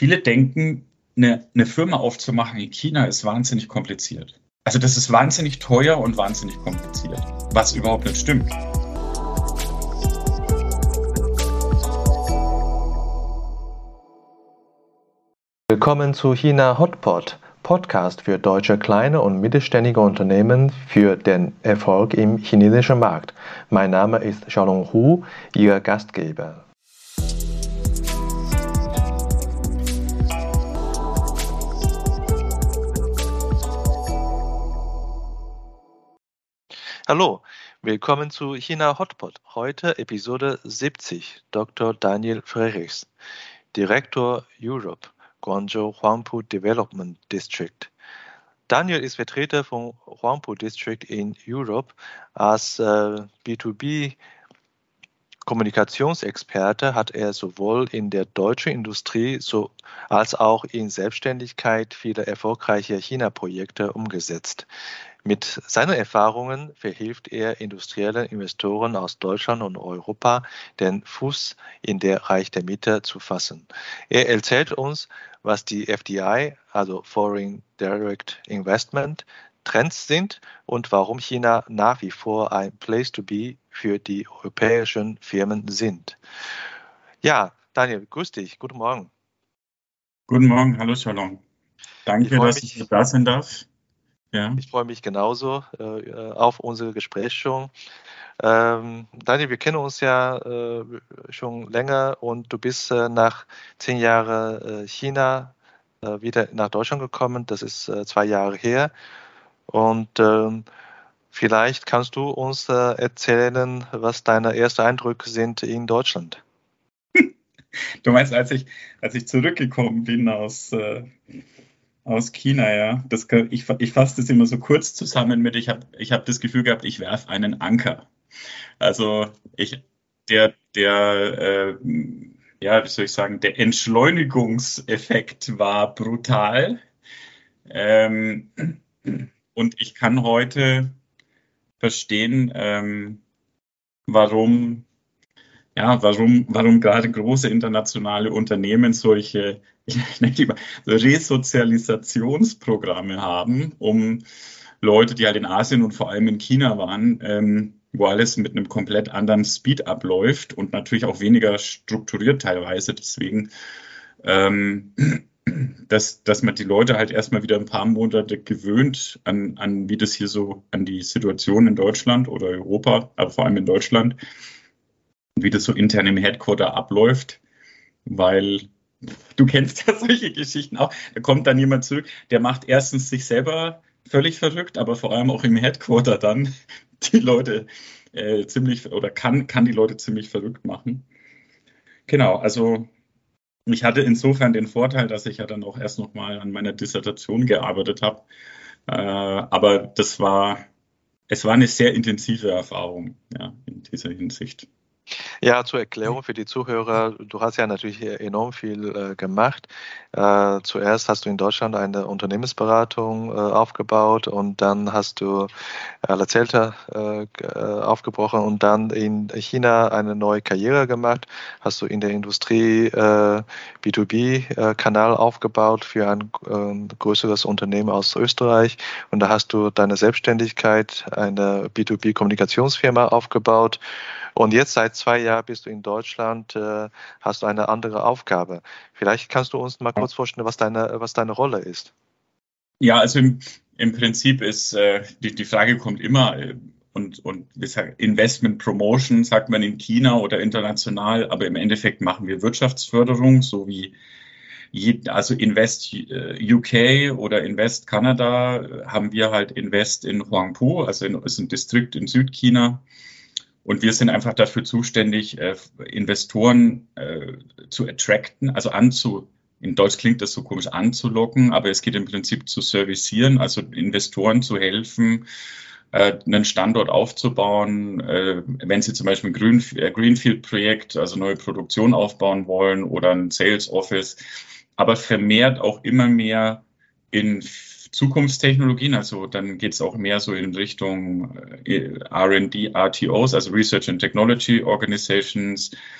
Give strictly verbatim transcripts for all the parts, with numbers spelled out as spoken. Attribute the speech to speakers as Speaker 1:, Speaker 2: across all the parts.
Speaker 1: viele denken, eine, eine Firma aufzumachen in China ist wahnsinnig kompliziert. Also das ist wahnsinnig teuer und wahnsinnig kompliziert, was überhaupt nicht stimmt.
Speaker 2: Willkommen zu China Hotpot, Podcast für deutsche kleine und mittelständige Unternehmen für den Erfolg im chinesischen Markt. Mein Name ist Xiaolong Hu, Ihr Gastgeber. Hallo, willkommen zu China Hotpot. Heute Episode siebzig. Doktor Daniel Frerichs, Direktor Europe, Guangzhou Huangpu Development District. Daniel ist Vertreter von Huangpu District in Europe. Als äh, B zwei B Kommunikationsexperte hat er sowohl in der deutschen Industrie so als auch in Selbstständigkeit viele erfolgreiche China-Projekte umgesetzt. Mit seinen Erfahrungen verhilft er industriellen Investoren aus Deutschland und Europa, den Fuß in der Reich der Mitte zu fassen. Er erzählt uns, was die F D I, also Foreign Direct Investment, Trends sind und warum China nach wie vor ein Place to be für die europäischen Firmen sind. Ja, Daniel, grüß dich. Guten Morgen.
Speaker 1: Guten Morgen, hallo Xiaolong. Danke,
Speaker 2: Ich
Speaker 1: dass
Speaker 2: mich,
Speaker 1: ich da sein darf. Ja.
Speaker 2: Ich freue mich genauso äh, auf unser Gespräch schon. Ähm, Daniel, wir kennen uns ja äh, schon länger und du bist äh, nach zehn Jahren äh, China äh, wieder nach Deutschland gekommen. Das ist äh, zwei Jahre her. Und ähm, vielleicht kannst du uns äh, erzählen, was deine ersten Eindrücke sind in Deutschland.
Speaker 1: Du meinst, als ich, als ich zurückgekommen bin aus, äh, aus China, ja, das, ich, ich fasse das immer so kurz zusammen mit, ich habe ich hab das Gefühl gehabt, ich werfe einen Anker. Also ich, der, der, äh, ja, wie soll ich sagen, der Entschleunigungseffekt war brutal. Ähm, und ich kann heute verstehen, ähm, warum, ja, warum, warum gerade große internationale Unternehmen solche, ich nenne die mal, Resozialisationsprogramme haben, um Leute, die halt in Asien und vor allem in China waren, ähm, wo alles mit einem komplett anderen Speed abläuft und natürlich auch weniger strukturiert teilweise. Deswegen, ähm, dass, dass man die Leute halt erstmal wieder ein paar Monate gewöhnt an, an, wie das hier so, an die Situation in Deutschland oder Europa, aber vor allem in Deutschland, wie das so intern im Headquarter abläuft, weil du kennst ja solche Geschichten auch. Da kommt dann jemand zurück, der macht erstens sich selber völlig verrückt, aber vor allem auch im Headquarter dann die Leute äh, ziemlich oder kann, kann die Leute ziemlich verrückt machen. Genau, also ich hatte insofern den Vorteil, dass ich ja dann auch erst noch mal an meiner Dissertation gearbeitet habe. Äh, aber das war, es war eine sehr intensive Erfahrung, ja, in dieser Hinsicht.
Speaker 2: Ja, zur Erklärung für die Zuhörer, du hast ja natürlich enorm viel äh, gemacht. Äh, zuerst hast du in Deutschland eine Unternehmensberatung äh, aufgebaut und dann hast du äh, Lacelta äh, aufgebrochen und dann in China eine neue Karriere gemacht. Hast du in der Industrie äh, B zwei B-Kanal aufgebaut für ein äh, größeres Unternehmen aus Österreich und da hast du deine Selbstständigkeit, eine B zwei B-Kommunikationsfirma aufgebaut. Und jetzt seit zwei Jahren bist du in Deutschland, äh, hast du eine andere Aufgabe. Vielleicht kannst du uns mal kurz vorstellen, was deine, was deine Rolle ist.
Speaker 1: Ja, also im, im Prinzip ist, äh, die, die Frage kommt immer, äh, und, und wie gesagt, Investment Promotion sagt man in China oder international, aber im Endeffekt machen wir Wirtschaftsförderung, so wie je, also Invest U K oder Invest Kanada haben wir halt Invest in Huangpu, also in, ist ein Distrikt in Südchina. Und wir sind einfach dafür zuständig, äh, Investoren äh, zu attracten, also anzu, in Deutsch klingt das so komisch, anzulocken, aber es geht im Prinzip zu servicieren, also Investoren zu helfen, äh, einen Standort aufzubauen, äh, wenn sie zum Beispiel ein Green, äh, Greenfield-Projekt, also neue Produktion aufbauen wollen oder ein Sales Office, aber vermehrt auch immer mehr in Zukunftstechnologien, also dann geht es auch mehr so in Richtung R and D, R T Os, also Research and Technology Organizations,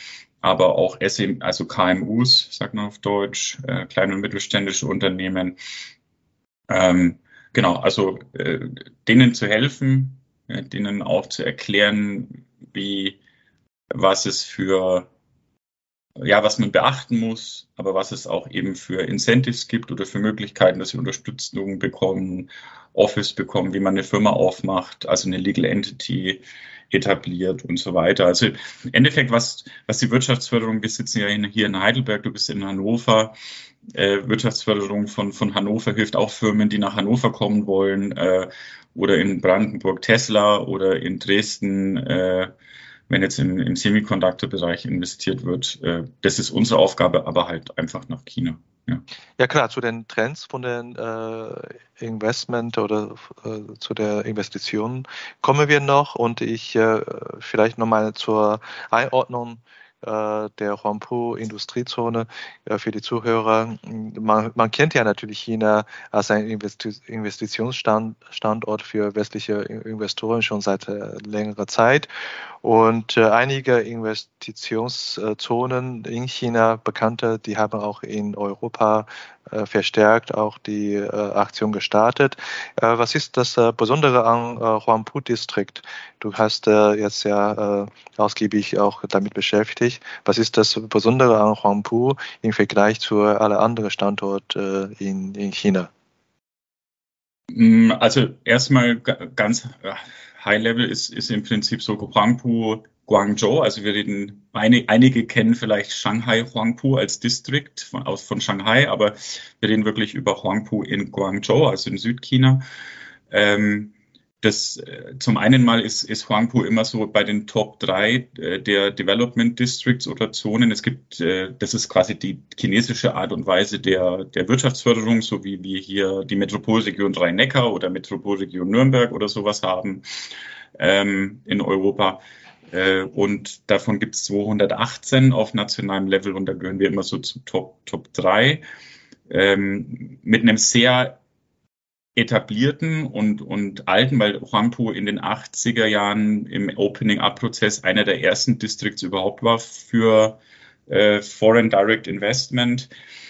Speaker 1: aber auch S M, also K M Us, sagt man auf Deutsch, äh, kleine und mittelständische Unternehmen. Ähm, genau, also äh, denen zu helfen, äh, denen auch zu erklären, wie, was es für, ja, was man beachten muss, aber was es auch eben für Incentives gibt oder für Möglichkeiten, dass sie Unterstützung bekommen, Office bekommen, wie man eine Firma aufmacht, also eine Legal Entity etabliert und so weiter. Also im Endeffekt, was, was die Wirtschaftsförderung, wir sitzen ja in, hier in Heidelberg, du bist in Hannover, äh, Wirtschaftsförderung von, von Hannover hilft auch Firmen, die nach Hannover kommen wollen, äh, oder in Brandenburg Tesla oder in Dresden, äh, wenn jetzt im, im Semiconductor-Bereich investiert wird. Äh, das ist unsere Aufgabe, aber halt einfach nach China. Ja,
Speaker 2: ja klar, zu den Trends von den äh, Investment oder äh, zu der Investition kommen wir noch und ich äh, vielleicht nochmal zur Einordnung äh, der Huangpu-Industriezone äh, für die Zuhörer. Man, man kennt ja natürlich China als ein Investi Investitionsstandort für westliche Investoren schon seit äh, längerer Zeit. Und äh, einige Investitionszonen in China, bekannte, die haben auch in Europa äh, verstärkt auch die äh, Aktion gestartet. Äh, was ist das äh, Besondere am äh, Huangpu-Distrikt? Du hast äh, jetzt ja äh, ausgiebig auch damit beschäftigt. Was ist das Besondere an Huangpu im Vergleich zu alle anderen Standorten äh, in, in China?
Speaker 1: also erstmal ganz High Level ist, ist im Prinzip so Huangpu, Guangzhou. Also wir reden, eine, einige kennen vielleicht Shanghai Huangpu als Distrikt von, aus, von Shanghai, aber wir reden wirklich über Huangpu in Guangzhou, also in Südchina. Ähm, das, äh, zum einen mal ist, ist Huangpu immer so bei den Top drei äh, der Development Districts oder Zonen. Es gibt, äh, das ist quasi die chinesische Art und Weise der, der Wirtschaftsförderung, so wie wir hier die Metropolregion Rhein-Neckar oder Metropolregion Nürnberg oder sowas haben ähm, in Europa. Äh, und davon gibt es zweihundertachtzehn auf nationalem Level und da gehören wir immer so zu Top, Top drei. Ähm, mit einem sehr etablierten und, und alten, weil Huangpu in den achtziger Jahren im Opening-up-Prozess einer der ersten Districts überhaupt war für äh, Foreign Direct Investment,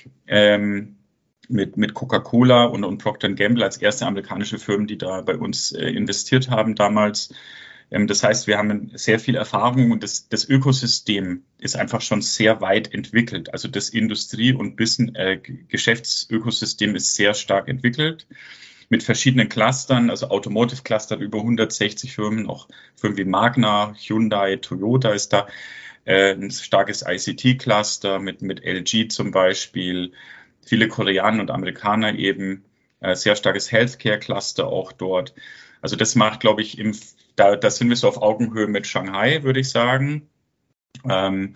Speaker 1: ähm, mit, mit Coca-Cola und, und Procter and Gamble als erste amerikanische Firmen, die da bei uns äh, investiert haben damals. Ähm, das heißt, wir haben sehr viel Erfahrung und das, das Ökosystem ist einfach schon sehr weit entwickelt. Also das Industrie- und Business, äh, Geschäftsökosystem ist sehr stark entwickelt mit verschiedenen Clustern, also Automotive Cluster über hundertsechzig Firmen, auch Firmen wie Magna, Hyundai, Toyota ist da, äh, ein starkes I C T-Cluster mit, mit L G zum Beispiel, viele Koreaner und Amerikaner eben, äh, sehr starkes Healthcare-Cluster auch dort. Also das macht, glaube ich, im, da, da sind wir so auf Augenhöhe mit Shanghai, würde ich sagen. Ähm,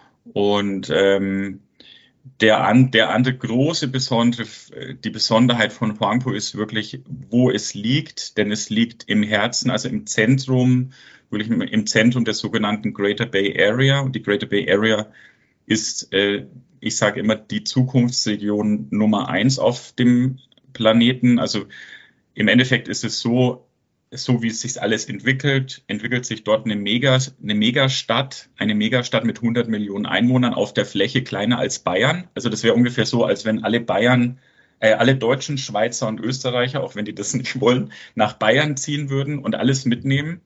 Speaker 1: und ähm, Der, an, der andere große besondere, die Besonderheit von Huangpu ist wirklich, wo es liegt, denn es liegt im Herzen, also im Zentrum, wirklich im Zentrum der sogenannten Greater Bay Area. Und die Greater Bay Area ist, äh, ich sage immer, die Zukunftsregion Nummer eins auf dem Planeten. Also im Endeffekt ist es so, so wie es sich alles entwickelt, entwickelt sich dort eine Mega, eine Megastadt, eine Megastadt mit hundert Millionen Einwohnern auf der Fläche kleiner als Bayern. Also das wäre ungefähr so, als wenn alle Bayern, äh, alle Deutschen, Schweizer und Österreicher, auch wenn die das nicht wollen, nach Bayern ziehen würden und alles mitnehmen.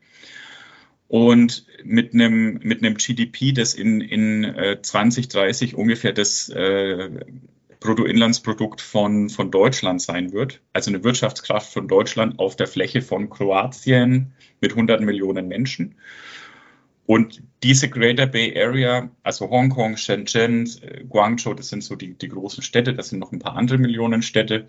Speaker 1: Und mit einem, mit einem G D P, das in, in äh, zwanzig dreißig ungefähr das äh, Bruttoinlandsprodukt von, von Deutschland sein wird. Also eine Wirtschaftskraft von Deutschland auf der Fläche von Kroatien mit hundert Millionen Menschen. Und diese Greater Bay Area, also Hongkong, Shenzhen, Guangzhou, das sind so die, die großen Städte, das sind noch ein paar andere Millionen Städte.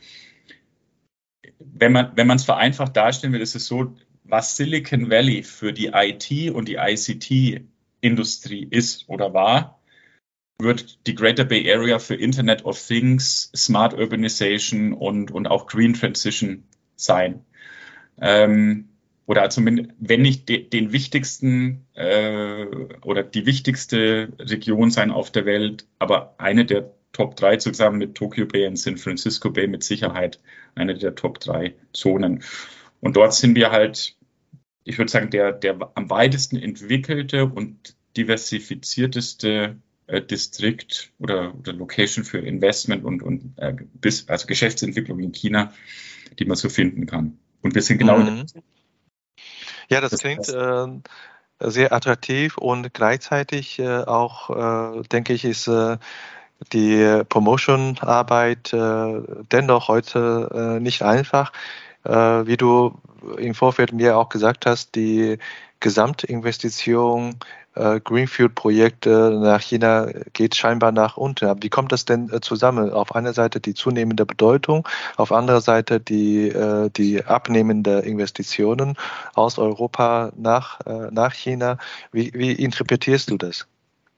Speaker 1: Wenn man, wenn man es vereinfacht darstellen will, ist es so, was Silicon Valley für die I T und die I C T-Industrie ist oder war, wird die Greater Bay Area für Internet of Things, Smart Urbanization und, und auch Green Transition sein. Ähm, oder zumindest, wenn nicht de, den wichtigsten äh, oder die wichtigste Region sein auf der Welt, aber eine der Top drei zusammen mit Tokyo Bay und San Francisco Bay mit Sicherheit eine der Top drei Zonen. Und dort sind wir halt, ich würde sagen, der, der am weitesten entwickelte und diversifizierteste äh, Distrikt oder, oder Location für Investment und, und äh, bis, also Geschäftsentwicklung in China, die man so finden kann. Und wir sind genau
Speaker 2: Mhm.
Speaker 1: in
Speaker 2: Ja, das
Speaker 1: das
Speaker 2: klingt
Speaker 1: heißt,
Speaker 2: äh, sehr attraktiv und gleichzeitig äh, auch, äh, denke ich, ist äh, die Promotion-Arbeit äh, dennoch heute äh, nicht einfach. Äh, wie du im Vorfeld mir auch gesagt hast, die Gesamtinvestition äh, Greenfield-Projekte nach China geht scheinbar nach unten. Aber wie kommt das denn äh, zusammen? Auf einer Seite die zunehmende Bedeutung, auf anderer Seite die, äh, die abnehmende Investitionen aus Europa nach, äh, nach China. Wie, wie interpretierst du das?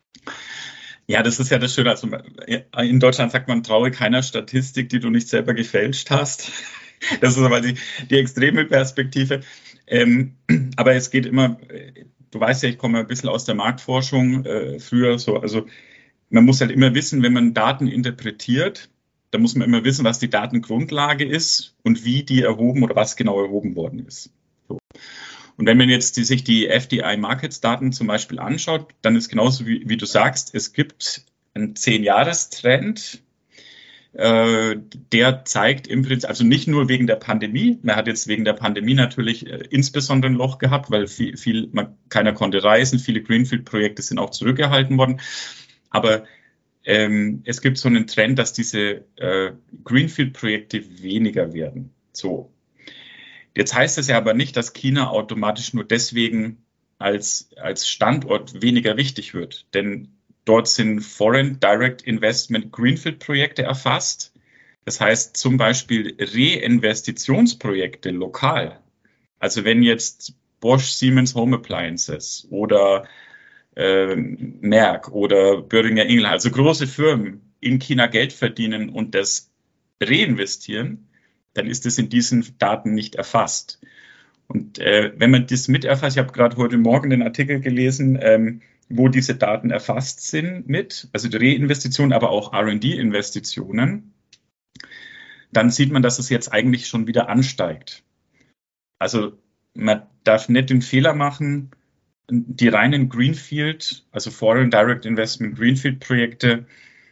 Speaker 1: ja, das ist ja das Schöne. Also in Deutschland sagt man, traue keiner Statistik, die du nicht selber gefälscht hast. Das ist aber die, die extreme Perspektive. Ähm, aber es geht immer, du weißt ja, ich komme ein bisschen aus der Marktforschung äh, früher so. Also man muss halt immer wissen, wenn man Daten interpretiert, dann muss man immer wissen, was die Datengrundlage ist und wie die erhoben oder was genau erhoben worden ist. So. Und wenn man jetzt die, sich die F D I-Markets-Daten zum Beispiel anschaut, dann ist genauso wie, wie du sagst, es gibt einen zehn-Jahres-Trend, äh, der zeigt im Prinzip, also nicht nur wegen der Pandemie, man hat jetzt wegen der Pandemie natürlich äh, insbesondere ein Loch gehabt, weil viel, viel man, keiner konnte reisen, viele Greenfield-Projekte sind auch zurückgehalten worden, aber ähm, es gibt so einen Trend, dass diese äh, Greenfield-Projekte weniger werden. So. Jetzt heißt es ja aber nicht, dass China automatisch nur deswegen als, als Standort weniger wichtig wird. Denn dort sind Foreign Direct Investment Greenfield-Projekte erfasst. Das heißt zum Beispiel Reinvestitionsprojekte lokal. Also wenn jetzt Bosch Siemens Home Appliances oder äh, Merck oder Boehringer Ingelheim, also große Firmen in China Geld verdienen und das reinvestieren, dann ist es in diesen Daten nicht erfasst. Und äh, wenn man das mit erfasst, ich habe gerade heute Morgen den Artikel gelesen, ähm, wo diese Daten erfasst sind mit, also die Reinvestitionen, aber auch R und D-Investitionen, dann sieht man, dass es jetzt eigentlich schon wieder ansteigt. Also man darf nicht den Fehler machen, die reinen Greenfield, also Foreign Direct Investment Greenfield Projekte,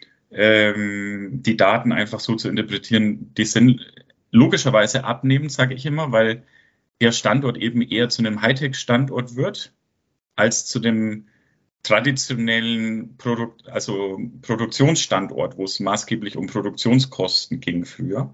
Speaker 1: ähm, die Daten einfach so zu interpretieren, die sind logischerweise abnehmend, sage ich immer, weil der Standort eben eher zu einem Hightech-Standort wird, als zu dem traditionellen Produkt, also Produktionsstandort, wo es maßgeblich um Produktionskosten ging früher.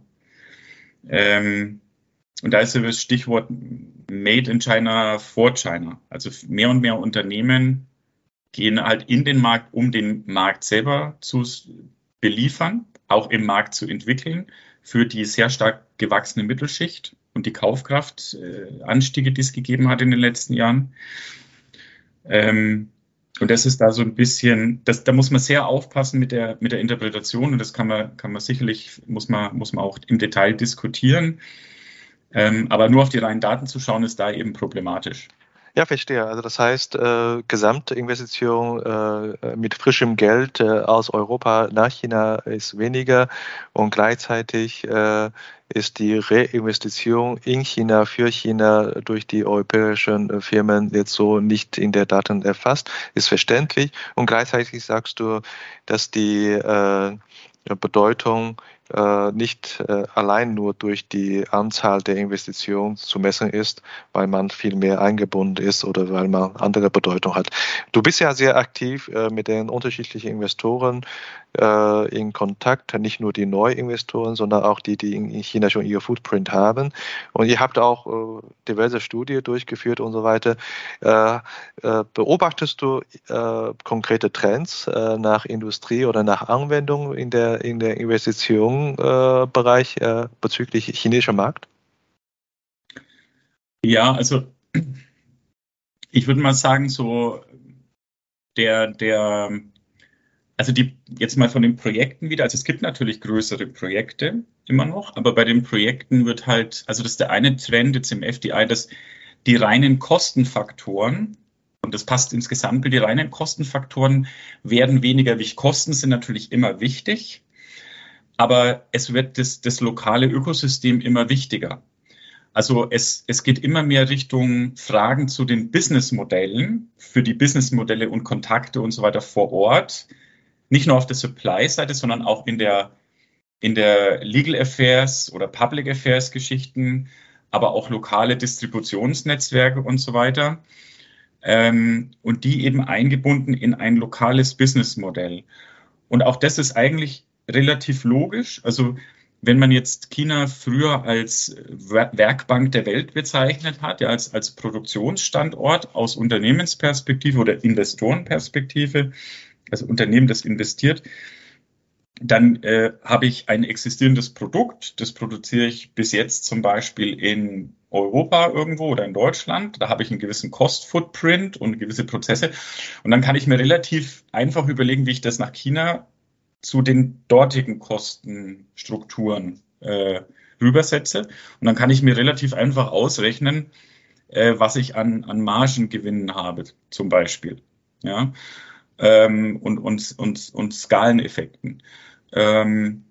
Speaker 1: Ähm, und da ist ja das Stichwort Made in China for China. Also mehr und mehr Unternehmen gehen halt in den Markt, um den Markt selber zu beliefern, auch im Markt zu entwickeln, für die sehr stark gewachsene Mittelschicht und die Kaufkraftanstiege, äh, die es gegeben hat in den letzten Jahren. Ähm, und das ist da so ein bisschen, das, da muss man sehr aufpassen mit der, mit der Interpretation und das kann man, kann man sicherlich, muss man, muss man auch im Detail diskutieren. Ähm, aber nur auf die reinen Daten zu schauen, ist da eben problematisch.
Speaker 2: Ja, verstehe. Also das heißt, äh, Gesamtinvestition äh, mit frischem Geld äh, aus Europa nach China ist weniger und gleichzeitig äh, ist die Reinvestition in China für China durch die europäischen äh, Firmen jetzt so nicht in der Daten erfasst, ist verständlich. Und gleichzeitig sagst du, dass die äh, Bedeutung äh, nicht äh, allein nur durch die Anzahl der Investitionen zu messen ist, weil man viel mehr eingebunden ist oder weil man andere Bedeutung hat. Du bist ja sehr aktiv äh, mit den unterschiedlichen Investoren äh, in Kontakt, nicht nur die Neuinvestoren, sondern auch die, die in China schon ihr Footprint haben. Und ihr habt auch äh, diverse Studien durchgeführt und so weiter. Äh, äh, beobachtest du äh, konkrete Trends äh, nach Industrie oder nach Anwendung in der, in der Investitionsbereich äh, bezüglich chinesischer Markt?
Speaker 1: Ja, also ich würde mal sagen, so der, der, also die, jetzt mal von den Projekten wieder, also es gibt natürlich größere Projekte immer noch, aber bei den Projekten wird halt, also das ist der eine Trend jetzt im F D I, dass die reinen Kostenfaktoren, und das passt ins Gesamtbild, die reinen Kostenfaktoren werden weniger wichtig. Kosten sind natürlich immer wichtig, aber es wird das, das lokale Ökosystem immer wichtiger. Also es, es geht immer mehr Richtung Fragen zu den Businessmodellen, für die Businessmodelle und Kontakte und so weiter vor Ort. nicht nur auf der Supply-Seite, sondern auch in der, in der Legal Affairs oder Public Affairs Geschichten, aber auch lokale Distributionsnetzwerke und so weiter. Ähm, und die eben eingebunden in ein lokales Businessmodell. Und auch das ist eigentlich relativ logisch. Also wenn man jetzt China früher als Werkbank der Welt bezeichnet hat, ja, als, als Produktionsstandort aus Unternehmensperspektive oder Investorenperspektive, also Unternehmen, das investiert, dann äh, habe ich ein existierendes Produkt, das produziere ich bis jetzt zum Beispiel in Europa irgendwo oder in Deutschland. Da habe ich einen gewissen Cost-Footprint und gewisse Prozesse. Und dann kann ich mir relativ einfach überlegen, wie ich das nach China zu den dortigen Kostenstrukturen äh, rübersetze. Und dann kann ich mir relativ einfach ausrechnen, äh, was ich an, an Margengewinnen habe, zum Beispiel. Ja, ähm, und, und, und, und Skaleneffekten. Ähm,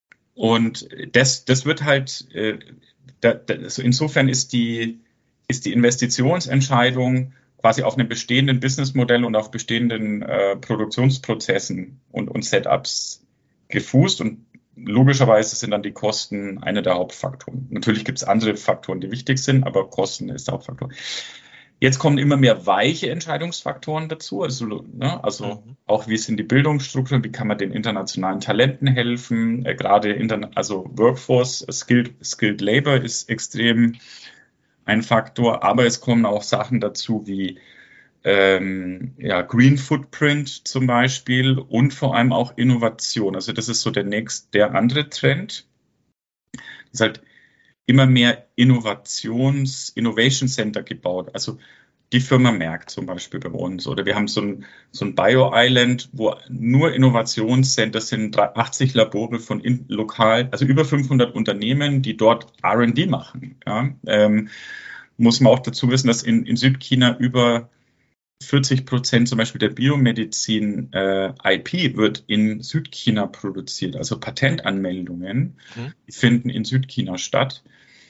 Speaker 1: und das, das wird halt, äh, da, da, also insofern ist die, ist die Investitionsentscheidung quasi auf einem bestehenden Businessmodell und auf bestehenden äh, Produktionsprozessen und, und Setups gefußt. Und logischerweise sind dann die Kosten einer der Hauptfaktoren. Natürlich gibt es andere Faktoren, die wichtig sind, aber Kosten ist der Hauptfaktor. Jetzt kommen immer mehr weiche Entscheidungsfaktoren dazu, also, ne, also mhm. auch wie sind die Bildungsstrukturen, wie kann man den internationalen Talenten helfen, äh, gerade interna- also Workforce, Skilled, Skilled Labor ist extrem ein Faktor, aber es kommen auch Sachen dazu wie ähm, ja, Green Footprint zum Beispiel und vor allem auch Innovation. Also das ist so der nächste, der andere Trend. Das ist halt immer mehr Innovations-, Innovation Center gebaut. Also die Firma Merck zum Beispiel bei uns. Oder wir haben so ein, so ein Bio-Island, wo nur Innovationscenter sind, achtzig Labore von in, lokal, also über fünfhundert Unternehmen, die dort R und D machen. Ja, ähm, muss man auch dazu wissen, dass in, in Südchina über vierzig Prozent zum Beispiel der Biomedizin äh, I P wird in Südchina produziert. Also Patentanmeldungen mhm. die finden in Südchina statt.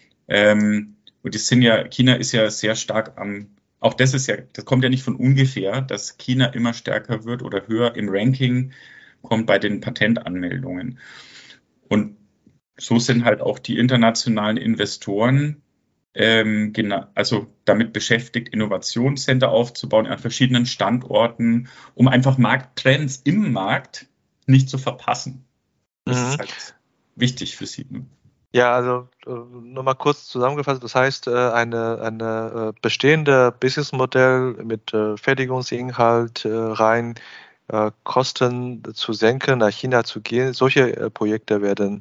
Speaker 1: Ähm, und die sind ja, China ist ja sehr stark am, auch das ist ja, das kommt ja nicht von ungefähr, dass China immer stärker wird oder höher im Ranking kommt bei den Patentanmeldungen. Und so sind halt auch die internationalen Investoren ähm, genau, also damit beschäftigt, Innovationscenter aufzubauen an verschiedenen Standorten, um einfach Markttrends im Markt nicht zu verpassen. Das mhm. ist halt wichtig für sie. Ne?
Speaker 2: Ja, also nochmal kurz zusammengefasst, das heißt, eine, eine bestehende Businessmodell mit Fertigungsinhalt rein Kosten zu senken, nach China zu gehen, solche Projekte werden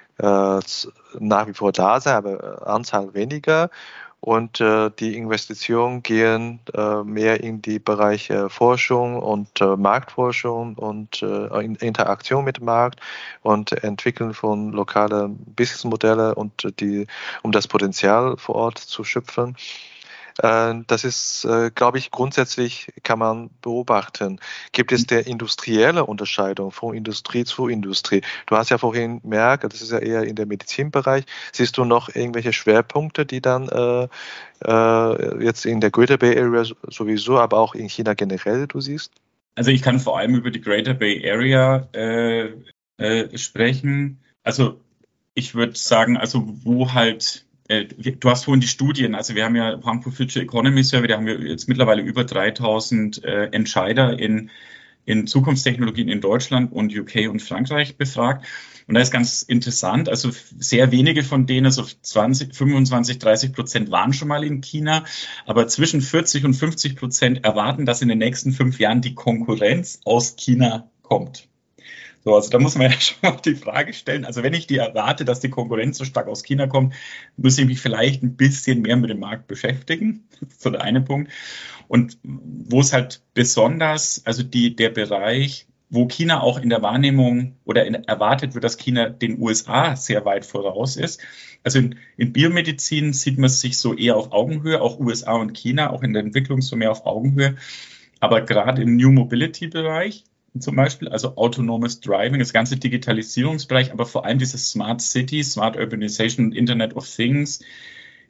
Speaker 2: nach wie vor da sein, aber Anzahl weniger. Und äh, die Investitionen gehen äh, mehr in die Bereiche Forschung und äh, Marktforschung und äh, in Interaktion mit dem Markt und Entwickeln von lokalen Businessmodellen und die, um das Potenzial vor Ort zu schöpfen. Äh, das ist, äh, glaube ich, grundsätzlich kann man beobachten. Gibt es der industrielle Unterscheidung von Industrie zu Industrie? Du hast ja vorhin Merck, das ist ja eher in der Medizinbereich. Siehst du noch irgendwelche Schwerpunkte, die dann äh, äh, jetzt in der Greater Bay Area sowieso, aber auch in China generell du siehst?
Speaker 1: Also ich kann vor allem über die Greater Bay Area äh, äh, sprechen. Also ich würde sagen, also wo halt du hast vorhin die Studien, also wir haben ja Frankfurt Future Economy Survey, da haben wir jetzt mittlerweile über dreitausend äh, Entscheider in, in Zukunftstechnologien in Deutschland und U K und Frankreich befragt. Und da ist ganz interessant, also sehr wenige von denen, so zwanzig, fünfundzwanzig, dreißig Prozent waren schon mal in China, aber zwischen vierzig und fünfzig Prozent erwarten, dass in den nächsten fünf Jahren die Konkurrenz aus China kommt. So, also da muss man ja schon mal die Frage stellen, also wenn ich die erwarte, dass die Konkurrenz so stark aus China kommt, muss ich mich vielleicht ein bisschen mehr mit dem Markt beschäftigen. Das ist so der eine Punkt. Und wo es halt besonders, also die, der Bereich, wo China auch in der Wahrnehmung oder in, erwartet wird, dass China den U S A sehr weit voraus ist. Also in, in Biomedizin sieht man sich so eher auf Augenhöhe, auch U S A und China, auch in der Entwicklung so mehr auf Augenhöhe. Aber gerade im New Mobility Bereich, zum Beispiel, also autonomes Driving, das ganze Digitalisierungsbereich, aber vor allem dieses Smart City, Smart Urbanization und Internet of Things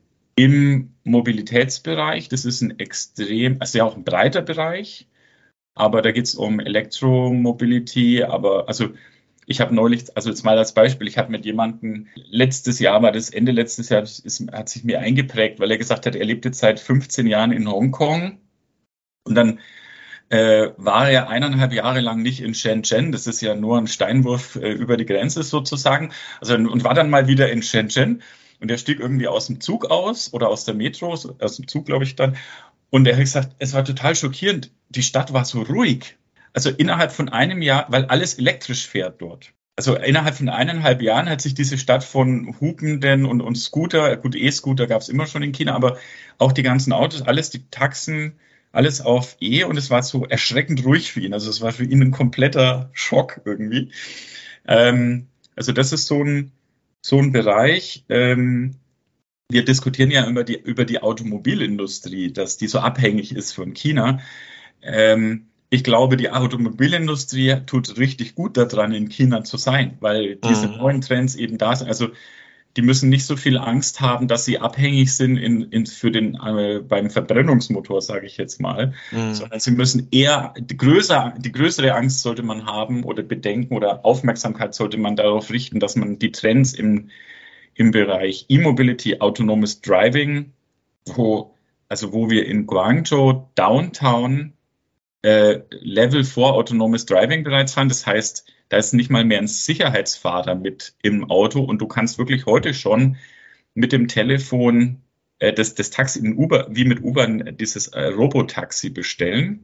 Speaker 1: im Mobilitätsbereich. Das ist ein extrem, also ja auch ein breiter Bereich, aber da geht es um Elektromobility, aber also ich habe neulich, also jetzt mal als Beispiel, ich habe mit jemandem, letztes Jahr war das, Ende letztes Jahr, ist, hat sich mir eingeprägt, weil er gesagt hat, er lebt jetzt seit fünfzehn Jahren in Hongkong und dann äh, war er eineinhalb Jahre lang nicht in Shenzhen, das ist ja nur ein Steinwurf äh, über die Grenze sozusagen, also und war dann mal wieder in Shenzhen und er stieg irgendwie aus dem Zug aus oder aus der Metro, aus dem Zug glaube ich dann, und er hat gesagt, es war total schockierend, die Stadt war so ruhig. Also innerhalb von einem Jahr, weil alles elektrisch fährt dort. Also innerhalb von eineinhalb Jahren hat sich diese Stadt von hupenden und, und Scooter, gut, E-Scooter gab es immer schon in China, aber auch die ganzen Autos, alles, die Taxen, alles auf E und es war so erschreckend ruhig für ihn. Also es war für ihn ein kompletter Schock irgendwie. Ähm, also das ist so ein, so ein Bereich. Ähm, wir diskutieren ja immer die, über die Automobilindustrie, dass die so abhängig ist von China. Ähm, ich glaube, die Automobilindustrie tut richtig gut daran, in China zu sein, weil diese
Speaker 2: Mhm.
Speaker 1: neuen Trends eben da sind. Also die müssen nicht so viel Angst haben, dass sie abhängig sind in, in, für den, äh, beim Verbrennungsmotor, sage ich jetzt mal,
Speaker 2: Mhm.
Speaker 1: sondern sie müssen eher, die, größer, die größere Angst sollte man haben oder Bedenken oder Aufmerksamkeit sollte man darauf richten, dass man die Trends im, im Bereich E-Mobility, autonomes Driving, wo, also wo wir in Guangzhou Downtown äh, Level vier autonomes Driving bereits fahren. Das heißt, da ist nicht mal mehr ein Sicherheitsfahrer mit im Auto und du kannst wirklich heute schon mit dem Telefon äh, das, das Taxi in Uber, wie mit Uber, dieses äh, Robotaxi bestellen.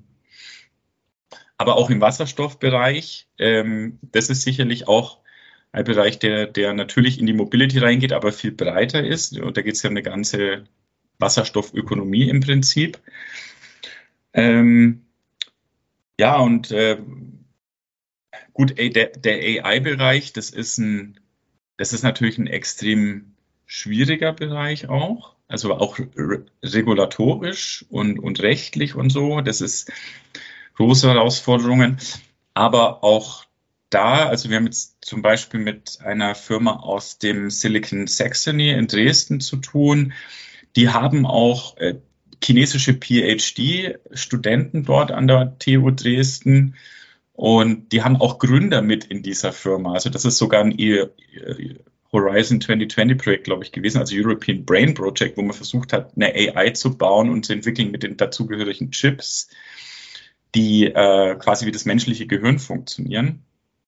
Speaker 1: Aber auch im Wasserstoffbereich, ähm, das ist sicherlich auch ein Bereich, der, der natürlich in die Mobility reingeht, aber viel breiter ist. Und da geht es ja um eine ganze Wasserstoffökonomie im Prinzip. Ähm, ja, und äh, gut, ey, der, der A I-Bereich, das ist ein, das ist natürlich ein extrem schwieriger Bereich auch. Also auch re regulatorisch und, und rechtlich und so. Das ist große Herausforderungen. Aber auch da, also wir haben jetzt zum Beispiel mit einer Firma aus dem Silicon Saxony in Dresden zu tun. Die haben auch äh, chinesische PhD-Studenten dort an der T U Dresden. Und die haben auch Gründer mit in dieser Firma. Also das ist sogar ein Horizon zwanzig zwanzig Projekt, glaube ich, gewesen, also European Brain Project, wo man versucht hat, eine A I zu bauen und zu entwickeln mit den dazugehörigen Chips, die äh, quasi wie das menschliche Gehirn funktionieren.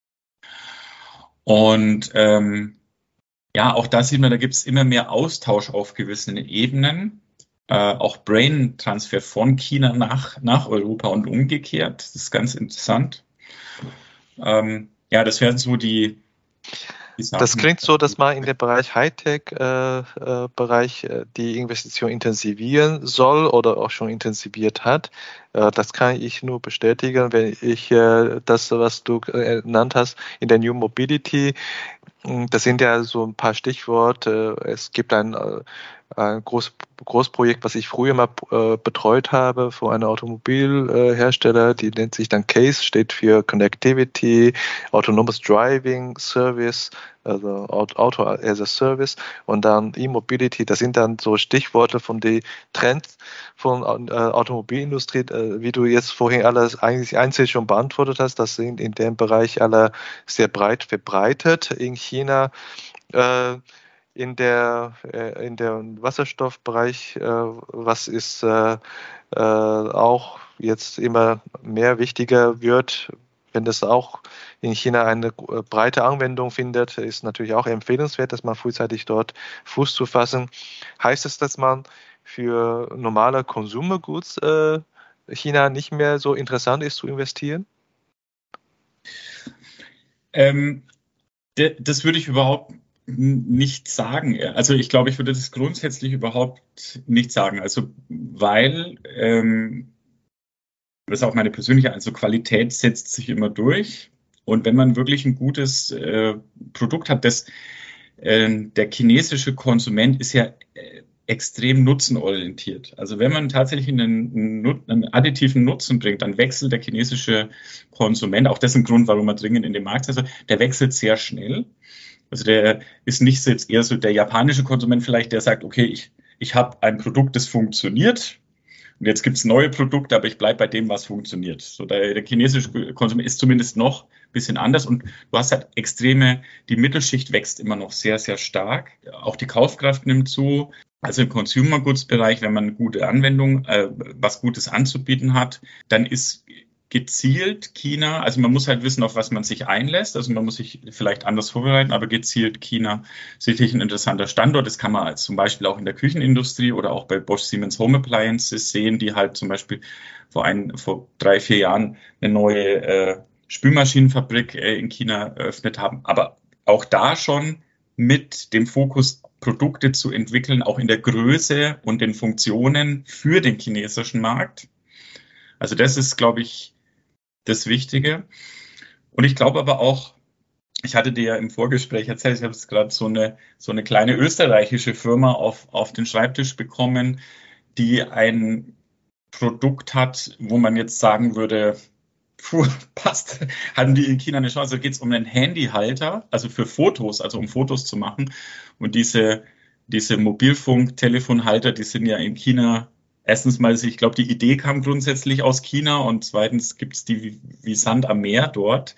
Speaker 1: Und ähm, ja, auch da sieht man, da gibt es immer mehr Austausch auf gewissen Ebenen. Äh, auch Brain-Transfer von China nach, nach Europa und umgekehrt. Das ist ganz interessant. Ähm, ja, das wären so die, die
Speaker 2: Das
Speaker 1: Sachen.
Speaker 2: klingt so, dass man in dem Bereich Hightech-Bereich äh, äh, die Investition intensivieren soll oder auch schon intensiviert hat. Äh, das kann ich nur bestätigen, wenn ich äh, das, was du äh, genannt hast, in der New Mobility. Das sind ja so ein paar Stichworte. Es gibt ein, ein Groß, Großprojekt, was ich früher mal äh, betreut habe für einen Automobilhersteller. Die nennt sich dann CASE, steht für Connectivity, Autonomous Driving Service, also Auto as a Service und dann E-Mobility. Das sind dann so Stichworte von den Trends von äh, Automobilindustrie, äh, wie du jetzt vorhin alles eigentlich einzeln schon beantwortet hast. Das sind in dem Bereich alle sehr breit verbreitet in China. Äh, in der äh, in der Wasserstoffbereich, äh, was ist äh, äh, auch jetzt immer mehr wichtiger wird, wenn das auch in China eine breite Anwendung findet, ist natürlich auch empfehlenswert, dass man frühzeitig dort Fuß zu fassen. Heißt es, dass man für normale Consumer Goods äh, China nicht mehr so interessant ist zu investieren?
Speaker 1: Ähm, das würde ich überhaupt nicht sagen. Also ich glaube, ich würde das grundsätzlich überhaupt nicht sagen. Also weil, ähm, das ist auch meine persönliche, also Qualität setzt sich immer durch. Und wenn man wirklich ein gutes äh, Produkt hat, das äh, der chinesische Konsument ist ja äh, extrem nutzenorientiert. Also wenn man tatsächlich einen, einen additiven Nutzen bringt, dann wechselt der chinesische Konsument, auch das ist ein Grund, warum er dringend in den Markt ist, also der wechselt sehr schnell. Also der ist nicht jetzt eher so der japanische Konsument vielleicht, der sagt, okay, ich, ich habe ein Produkt, das funktioniert Und jetzt gibt es neue Produkte, aber ich bleibe bei dem, was funktioniert. So, der, der chinesische Konsument ist zumindest noch ein bisschen anders und du hast halt extreme, die Mittelschicht wächst immer noch sehr, sehr stark. Auch die Kaufkraft nimmt zu. Also im Consumer Goods Bereich, wenn man eine gute Anwendung, äh, was Gutes anzubieten hat, dann ist gezielt China, also man muss halt wissen, auf was man sich einlässt, also man muss sich vielleicht anders vorbereiten, aber gezielt China sicherlich ein interessanter Standort. Das kann man als zum Beispiel auch in der Küchenindustrie oder auch bei Bosch Siemens Home Appliances sehen, die halt zum Beispiel vor ein, vor drei, vier Jahren eine neue äh, Spülmaschinenfabrik äh, in China eröffnet haben. Aber auch da schon mit dem Fokus, Produkte zu entwickeln, auch in der Größe und den Funktionen für den chinesischen Markt. Also das ist, glaube ich, das Wichtige. Und ich glaube aber auch, ich hatte dir ja im Vorgespräch erzählt, ich habe jetzt gerade so eine, so eine kleine österreichische Firma auf, auf den Schreibtisch bekommen, die ein Produkt hat, wo man jetzt sagen würde, puh, passt, hatten die in China eine Chance. Da geht es um einen Handyhalter, also für Fotos, also um Fotos zu machen. Und diese, diese Mobilfunk-Telefonhalter, die sind ja in China. Erstens mal, ich glaube, die Idee kam grundsätzlich aus China und zweitens gibt es die wie, wie Sand am Meer dort.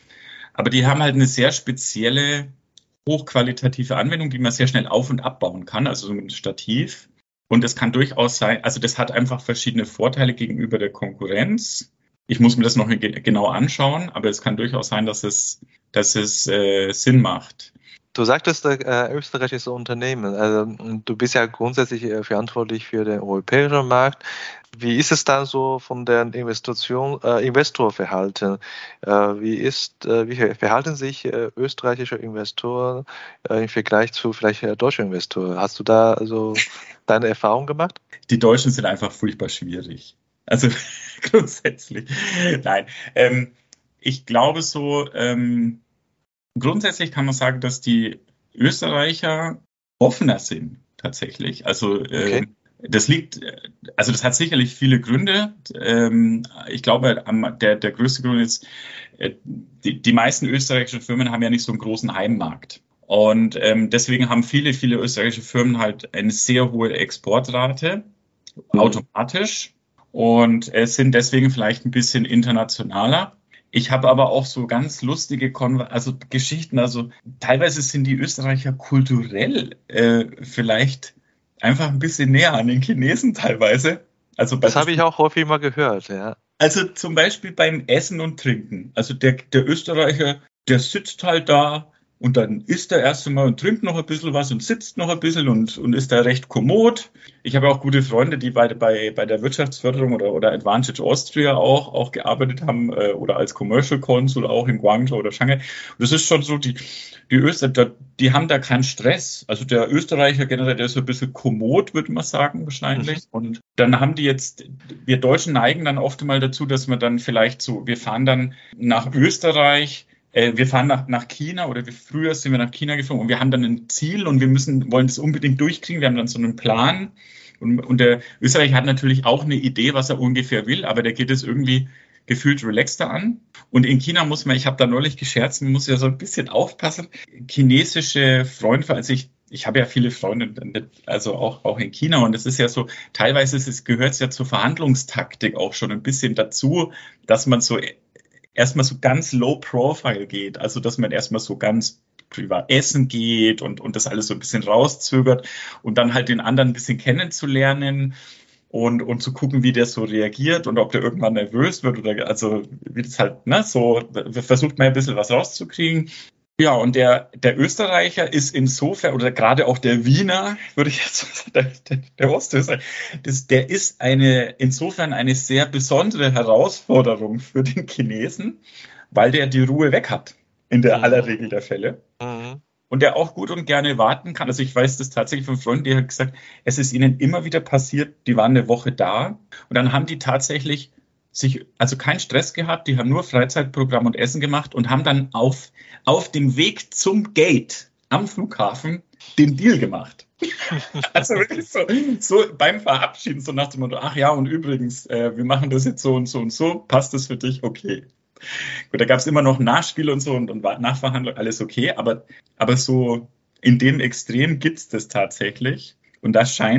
Speaker 1: Aber die haben halt eine sehr spezielle, hochqualitative Anwendung, die man sehr schnell auf- und abbauen kann, also so ein Stativ. Und das kann durchaus sein, also das hat einfach verschiedene Vorteile gegenüber der Konkurrenz. Ich muss mir das noch genau anschauen, aber es kann durchaus sein, dass es, dass es äh, Sinn macht.
Speaker 2: Du sagtest, äh, österreichisches Unternehmen. Also, du bist ja grundsätzlich äh, verantwortlich für den europäischen Markt. Wie ist es dann so von der Investition, äh, Investorverhalten? Äh, wie ist, äh, wie verhalten sich äh, österreichische Investoren äh, im Vergleich zu vielleicht äh, deutschen Investoren? Hast du da also deine Erfahrung gemacht?
Speaker 1: Die Deutschen sind einfach furchtbar schwierig. Also grundsätzlich. Nein. Ähm, ich glaube so, ähm, grundsätzlich kann man sagen, dass die Österreicher offener sind, tatsächlich. Also äh,
Speaker 2: Okay.
Speaker 1: das liegt, also das hat sicherlich viele Gründe. Ähm, ich glaube, der, der größte Grund ist, äh, die, die meisten österreichischen Firmen haben ja nicht so einen großen Heimmarkt. Und ähm, deswegen haben viele, viele österreichische Firmen halt eine sehr hohe Exportrate, mhm. automatisch, und äh, sind deswegen vielleicht ein bisschen internationaler. Ich habe aber auch so ganz lustige Kon- also Geschichten, also teilweise sind die Österreicher kulturell äh, vielleicht einfach ein bisschen näher an den Chinesen teilweise. Also
Speaker 2: das habe ich auch häufig mal gehört, ja.
Speaker 1: Also zum Beispiel beim Essen und Trinken. Also der, der Österreicher, der sitzt halt da und dann isst er erst einmal und trinkt noch ein bisschen was und sitzt noch ein bisschen und, und ist da recht kommod. Ich habe auch gute Freunde, die bei, bei, bei der Wirtschaftsförderung oder, oder Advantage Austria auch, auch gearbeitet haben äh, oder als Commercial Consul auch in Guangzhou oder Shanghai. Das ist schon so, die, die Österreicher, die haben da keinen Stress. Also der Österreicher generell, der ist so ein bisschen kommod, würde man sagen, wahrscheinlich. Mhm. Und dann haben die jetzt, wir Deutschen neigen dann oft mal dazu, dass wir dann vielleicht so, wir fahren dann nach Österreich, wir fahren nach, nach China oder wir, früher sind wir nach China geflogen und wir haben dann ein Ziel und wir müssen, wollen das unbedingt durchkriegen. Wir haben dann so einen Plan und, und der Österreicher hat natürlich auch eine Idee, was er ungefähr will, aber der geht es irgendwie gefühlt relaxter an. Und in China muss man, ich habe da neulich gescherzt, man muss ja so ein bisschen aufpassen. Chinesische Freunde, also ich, ich habe ja viele Freunde, also auch, auch in China und es ist ja so, teilweise ist es, gehört es ja zur Verhandlungstaktik auch schon ein bisschen dazu, dass man so erstmal so ganz low profile geht, also dass man erstmal so ganz privat essen geht und, und das alles so ein bisschen rauszögert und dann halt den anderen ein bisschen kennenzulernen und, und zu gucken, wie der so reagiert und ob der irgendwann nervös wird oder also wie das halt, ne, so versucht man ein bisschen was rauszukriegen. Ja, und der, der Österreicher ist insofern, oder gerade auch der Wiener, würde ich jetzt der, der, der Ostösterreicher, das, der ist eine, insofern eine sehr besondere Herausforderung für den Chinesen, weil der die Ruhe weg hat, in der mhm. aller Regel der Fälle. Mhm. Und der auch gut und gerne warten kann. Also ich weiß das tatsächlich von Freunden, die haben gesagt, es ist ihnen immer wieder passiert, die waren eine Woche da und dann haben die tatsächlich sich, also keinen Stress gehabt, die haben nur Freizeitprogramm und Essen gemacht und haben dann auf, auf dem Weg zum Gate am Flughafen den Deal gemacht. Also wirklich so, so beim Verabschieden, so nach dem Motto, ach ja, und übrigens, äh, wir machen das jetzt so und so und so, passt das für dich? Okay. Gut, da gab es immer noch Nachspiel und so und, und Nachverhandlung, alles okay, aber, aber so in dem Extrem gibt es das tatsächlich und das scheint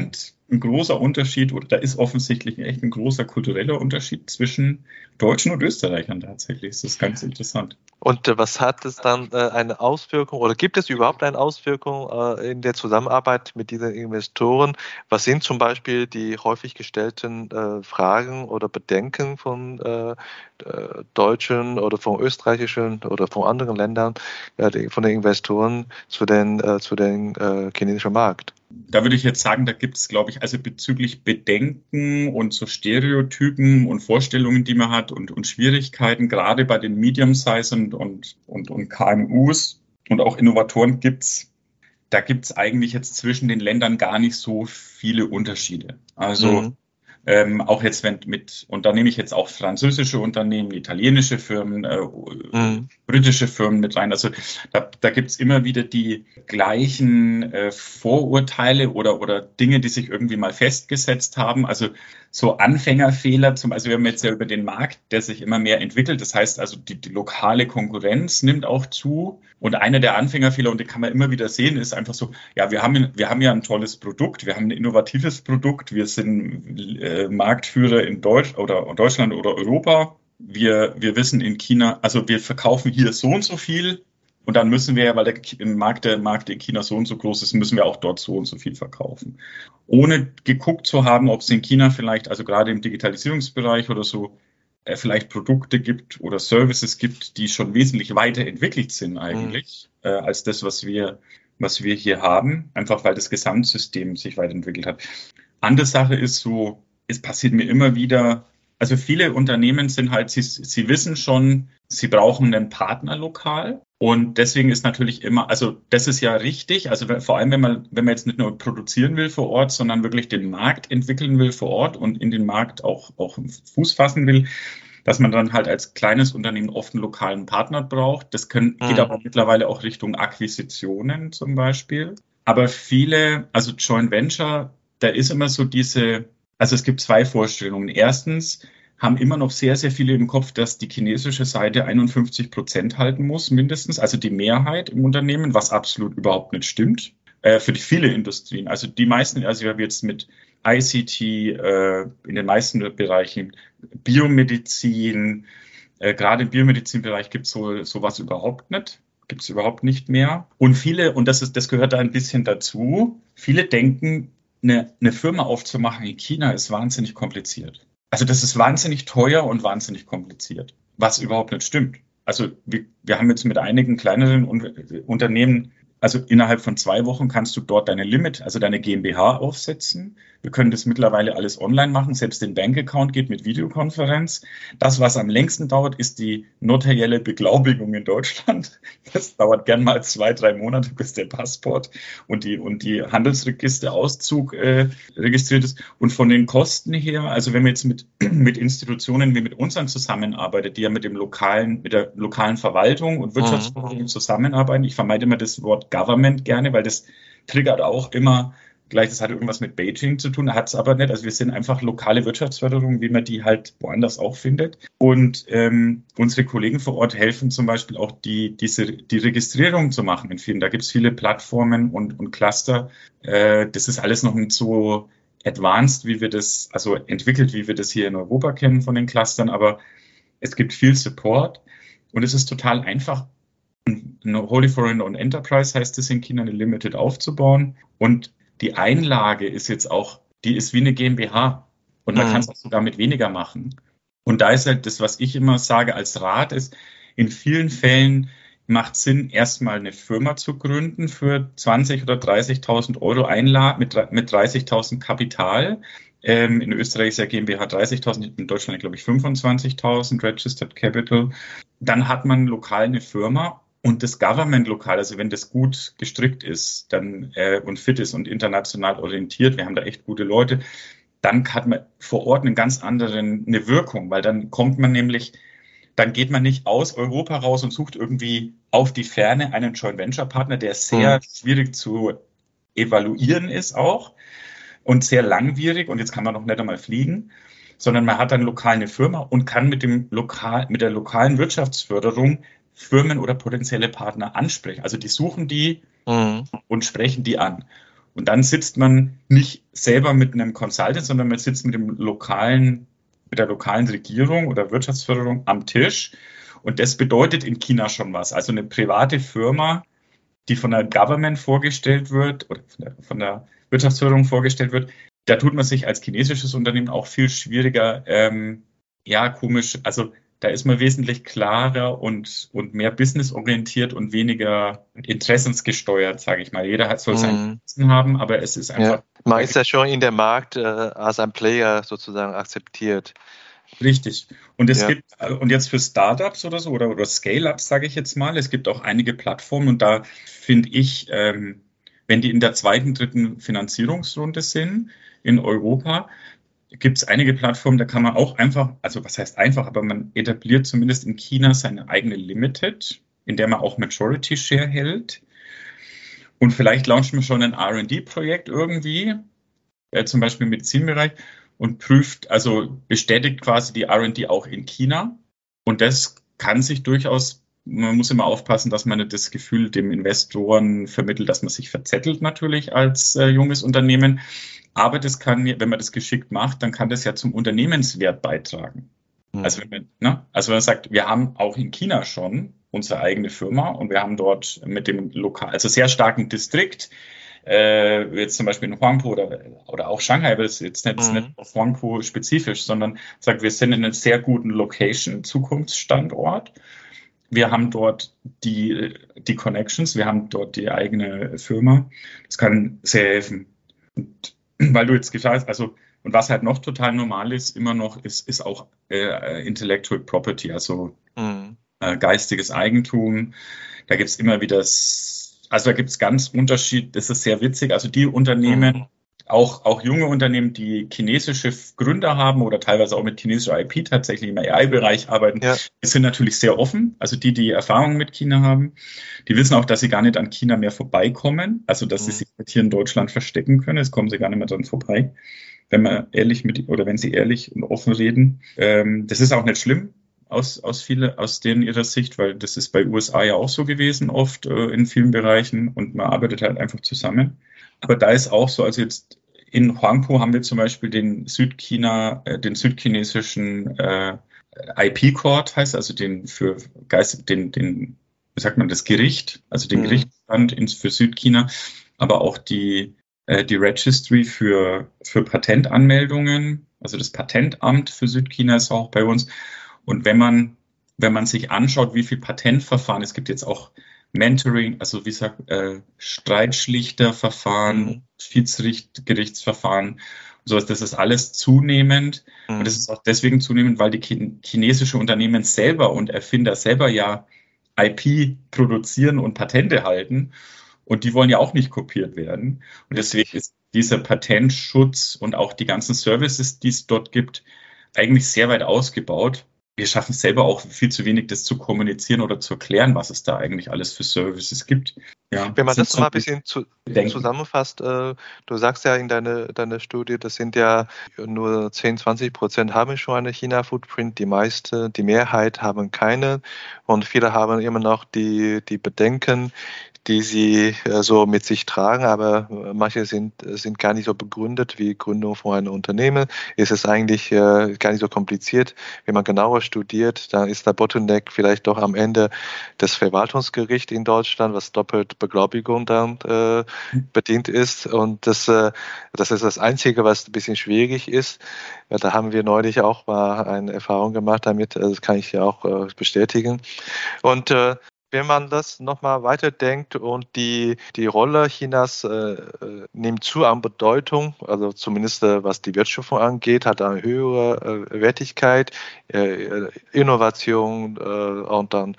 Speaker 1: ein großer Unterschied, oder da ist offensichtlich echt ein großer kultureller Unterschied zwischen Deutschen und Österreichern tatsächlich. Das ist ganz interessant.
Speaker 2: Und äh, was hat es dann äh, eine Auswirkung oder gibt es überhaupt eine Auswirkung äh, in der Zusammenarbeit mit diesen Investoren? Was sind zum Beispiel die häufig gestellten äh, Fragen oder Bedenken von äh, äh, deutschen oder von österreichischen oder von anderen Ländern, äh, die, von den Investoren zu den, äh, zu den äh, chinesischen Markt?
Speaker 1: Da würde ich jetzt sagen, da gibt es, glaube ich, also bezüglich Bedenken und so Stereotypen und Vorstellungen, die man hat und, und Schwierigkeiten, gerade bei den Medium-Size und, und, und, und K M Us und auch Innovatoren gibt's, da gibt's eigentlich jetzt zwischen den Ländern gar nicht so viele Unterschiede. Also
Speaker 2: Mhm.
Speaker 1: Ähm, auch jetzt, wenn mit, und da nehme ich jetzt auch französische Unternehmen, italienische Firmen, äh,
Speaker 2: Mhm.
Speaker 1: britische Firmen mit rein. Also da, da gibt's immer wieder die gleichen äh, Vorurteile oder, oder Dinge, die sich irgendwie mal festgesetzt haben. Also so Anfängerfehler, zum, also wir haben jetzt ja über den Markt, der sich immer mehr entwickelt. Das heißt also, die, die lokale Konkurrenz nimmt auch zu. Und einer der Anfängerfehler, und den kann man immer wieder sehen, ist einfach so, ja, wir haben, wir haben ja ein tolles Produkt, wir haben ein innovatives Produkt, wir sind äh, Marktführer in Deutsch oder Deutschland oder Europa. Wir, wir wissen in China, also wir verkaufen hier so und so viel. Und dann müssen wir ja, weil der Markt, der Markt in China so und so groß ist, müssen wir auch dort so und so viel verkaufen. Ohne geguckt zu haben, ob es in China vielleicht, also gerade im Digitalisierungsbereich oder so, äh, vielleicht Produkte gibt oder Services gibt, die schon wesentlich weiterentwickelt sind eigentlich, mhm. äh, als das, was wir, was wir hier haben, einfach weil das Gesamtsystem sich weiterentwickelt hat. Andere Sache ist so, es passiert mir immer wieder, also viele Unternehmen sind halt, sie, sie wissen schon, sie brauchen einen Partner lokal. Und deswegen ist natürlich immer, also das ist ja richtig, also vor allem, wenn man, wenn man jetzt nicht nur produzieren will vor Ort, sondern wirklich den Markt entwickeln will vor Ort und in den Markt auch, auch Fuß fassen will, dass man dann halt als kleines Unternehmen oft einen lokalen Partner braucht. Das können, mhm. geht aber mittlerweile auch Richtung Akquisitionen zum Beispiel. Aber viele, also Joint Venture, da ist immer so diese, also es gibt zwei Vorstellungen. Erstens haben immer noch sehr, sehr viele im Kopf, dass die chinesische Seite einundfünfzig Prozent halten muss, mindestens, also die Mehrheit im Unternehmen, was absolut überhaupt nicht stimmt, äh, für die viele Industrien. Also die meisten, also wir haben jetzt mit I C T, äh, in den meisten Bereichen, Biomedizin, äh, gerade im Biomedizinbereich gibt es so sowas überhaupt nicht. Gibt es überhaupt nicht mehr. Und viele, und das ist, das gehört da ein bisschen dazu, viele denken, eine, eine Firma aufzumachen in China ist wahnsinnig kompliziert. Also das ist wahnsinnig teuer und wahnsinnig kompliziert, was überhaupt nicht stimmt. Also wir, wir haben jetzt mit einigen kleineren Unternehmen, also innerhalb von zwei Wochen kannst du dort deine Limit, also deine GmbH aufsetzen. Wir können das mittlerweile alles online machen. Selbst den Bankaccount geht mit Videokonferenz. Das, was am längsten dauert, ist die notarielle Beglaubigung in Deutschland. Das dauert gern mal zwei, drei Monate, bis der Passport und die, und die Handelsregisterauszug äh, registriert ist. Und von den Kosten her, also wenn wir jetzt mit, mit Institutionen wie mit unseren zusammenarbeiten, die ja mit dem lokalen, mit der lokalen Verwaltung und Wirtschaftsführung mhm. zusammenarbeiten, ich vermeide immer das Wort Government gerne, weil das triggert auch immer gleich, das hat irgendwas mit Beijing zu tun, hat es aber nicht. Also wir sind einfach lokale Wirtschaftsförderung, wie man die halt woanders auch findet. Und ähm, unsere Kollegen vor Ort helfen zum Beispiel auch, die diese die Registrierung zu machen in vielen. Da gibt es viele Plattformen und, und Cluster. Äh, das ist alles noch nicht so advanced, wie wir das, also entwickelt, wie wir das hier in Europa kennen von den Clustern. Aber es gibt viel Support und es ist total einfach, eine Holy Foreign Owned Enterprise heißt es in China, eine Limited aufzubauen. Und die Einlage ist jetzt auch, die ist wie eine GmbH. Und man mhm. kann es auch sogar mit weniger machen. Und da ist halt das, was ich immer sage als Rat ist, in vielen Fällen macht Sinn, erstmal eine Firma zu gründen für zwanzig oder dreißigtausend Euro Einlage mit, mit dreißigtausend Kapital. Ähm, in Österreich ist ja GmbH dreißigtausend, in Deutschland glaube ich fünfundzwanzigtausend Registered Capital. Dann hat man lokal eine Firma. Und das Government lokal, also wenn das gut gestrickt ist dann äh, und fit ist und international orientiert, wir haben da echt gute Leute, dann hat man vor Ort einen ganz anderen, eine Wirkung, weil dann kommt man nämlich, dann geht man nicht aus Europa raus und sucht irgendwie auf die Ferne einen Joint Venture Partner, der sehr mhm. schwierig zu evaluieren ist auch und sehr langwierig und jetzt kann man noch nicht einmal fliegen, sondern man hat dann lokal eine Firma und kann mit dem lokal, mit der lokalen Wirtschaftsförderung Firmen oder potenzielle Partner ansprechen. Also die suchen die mhm. und sprechen die an. Und dann sitzt man nicht selber mit einem Consultant, sondern man sitzt mit dem lokalen, mit der lokalen Regierung oder Wirtschaftsförderung am Tisch. Und das bedeutet in China schon was. Also eine private Firma, die von der Government vorgestellt wird oder von der, von der Wirtschaftsförderung vorgestellt wird, da tut man sich als chinesisches Unternehmen auch viel schwieriger, ähm, ja, komisch, also da ist man wesentlich klarer und, und mehr businessorientiert und weniger interessensgesteuert, sage ich mal. Jeder hat, soll sein
Speaker 2: Mhm.
Speaker 1: Wissen haben, aber es ist einfach...
Speaker 2: Ja. Man ist ja schon in der Markt äh, als ein Player sozusagen akzeptiert.
Speaker 1: Richtig. Und es
Speaker 2: Ja.
Speaker 1: gibt, und jetzt für Startups oder so, oder, oder Scale-Ups, sage ich jetzt mal, es gibt auch einige Plattformen und da finde ich, ähm, wenn die in der zweiten, dritten Finanzierungsrunde sind in Europa, gibt es einige Plattformen, da kann man auch einfach, also was heißt einfach, aber man etabliert zumindest in China seine eigene Limited, in der man auch Majority Share hält. Und vielleicht launcht man schon ein R und D-Projekt irgendwie, äh, zum Beispiel im Medizinbereich, und prüft, also bestätigt quasi die R und D auch in China. Und das kann sich durchaus, man muss immer aufpassen, dass man nicht das Gefühl dem Investoren vermittelt, dass man sich verzettelt natürlich als äh, junges Unternehmen. Aber das kann, wenn man das geschickt macht, dann kann das ja zum Unternehmenswert beitragen. Mhm. Also wenn man, ne? Also wenn man sagt, wir haben auch in China schon unsere eigene Firma und wir haben dort mit dem lokal, also sehr starken Distrikt, äh, jetzt zum Beispiel in Huangpu oder, oder auch Shanghai, aber das ist jetzt nicht, mhm. nicht auf Huangpu spezifisch, sondern sagt, wir sind in einer sehr guten Location, Zukunftsstandort. Wir haben dort die, die Connections, wir haben dort die eigene Firma. Das kann sehr helfen. Und weil du jetzt gesagt hast, also, und was halt noch total normal ist, immer noch, ist, ist auch äh, Intellectual Property, also mhm. äh, geistiges Eigentum. Da gibt's immer wieder, also da gibt's ganz Unterschied, das ist sehr witzig, also die Unternehmen, mhm. auch, auch junge Unternehmen, die chinesische Gründer haben oder teilweise auch mit chinesischer I P tatsächlich im A I-Bereich arbeiten, ja. die sind natürlich sehr offen, also die, die Erfahrung mit China haben, die wissen auch, dass sie gar nicht an China mehr vorbeikommen, also dass mhm. sie sich hier in Deutschland verstecken können, jetzt kommen sie gar nicht mehr dran vorbei, wenn man ehrlich mit, oder wenn sie ehrlich und offen reden. Ähm, das ist auch nicht schlimm aus, aus viele, aus denen ihrer Sicht, weil das ist bei U S A ja auch so gewesen, oft äh, in vielen Bereichen und man arbeitet halt einfach zusammen. Aber da ist auch so, also jetzt in Huangpu haben wir zum Beispiel den Südchina, äh, den südchinesischen äh, I P-Court, heißt also den für Geist, den, den, wie sagt man, das Gericht, also den mhm. Gerichtsstand ins, für Südchina, aber auch die, äh, die Registry für, für Patentanmeldungen, also das Patentamt für Südchina ist auch bei uns. Und wenn man, wenn man sich anschaut, wie viel Patentverfahren, es gibt jetzt auch Mentoring, also wie gesagt, äh, Streitschlichterverfahren, mhm. Schiedsgerichtsverfahren, sowas, das ist alles zunehmend. Mhm. Und das ist auch deswegen zunehmend, weil die chinesische Unternehmen selber und Erfinder selber ja I P produzieren und Patente halten. Und die wollen ja auch nicht kopiert werden. Und deswegen ist dieser Patentschutz und auch die ganzen Services, die es dort gibt, eigentlich sehr weit ausgebaut. Wir schaffen es selber auch viel zu wenig, das zu kommunizieren oder zu erklären, was es da eigentlich alles für Services gibt.
Speaker 2: Ja, wenn man das mal ein bisschen zu, zusammenfasst, äh, du sagst ja in deiner deine Studie, das sind ja nur zehn, zwanzig Prozent haben schon eine China-Footprint, die meiste, die Mehrheit haben keine und viele haben immer noch die, die Bedenken, die sie äh, so mit sich tragen, aber äh, manche sind, sind gar nicht so begründet wie Gründung von einem Unternehmen. Es ist eigentlich äh, gar nicht so kompliziert. Wenn man genauer studiert, dann ist der Bottleneck vielleicht doch am Ende das Verwaltungsgericht in Deutschland, was doppelt Beglaubigung dann äh, bedient ist. Und das, äh, das ist das Einzige, was ein bisschen schwierig ist. Ja, da haben wir neulich auch mal eine Erfahrung gemacht damit. Also das kann ich ja auch äh, bestätigen. Und äh, wenn man das nochmal weiterdenkt und die, die Rolle Chinas äh, nimmt zu an Bedeutung, also zumindest äh, was die Wertschöpfung angeht, hat eine höhere äh, Wertigkeit, äh, Innovation äh, und dann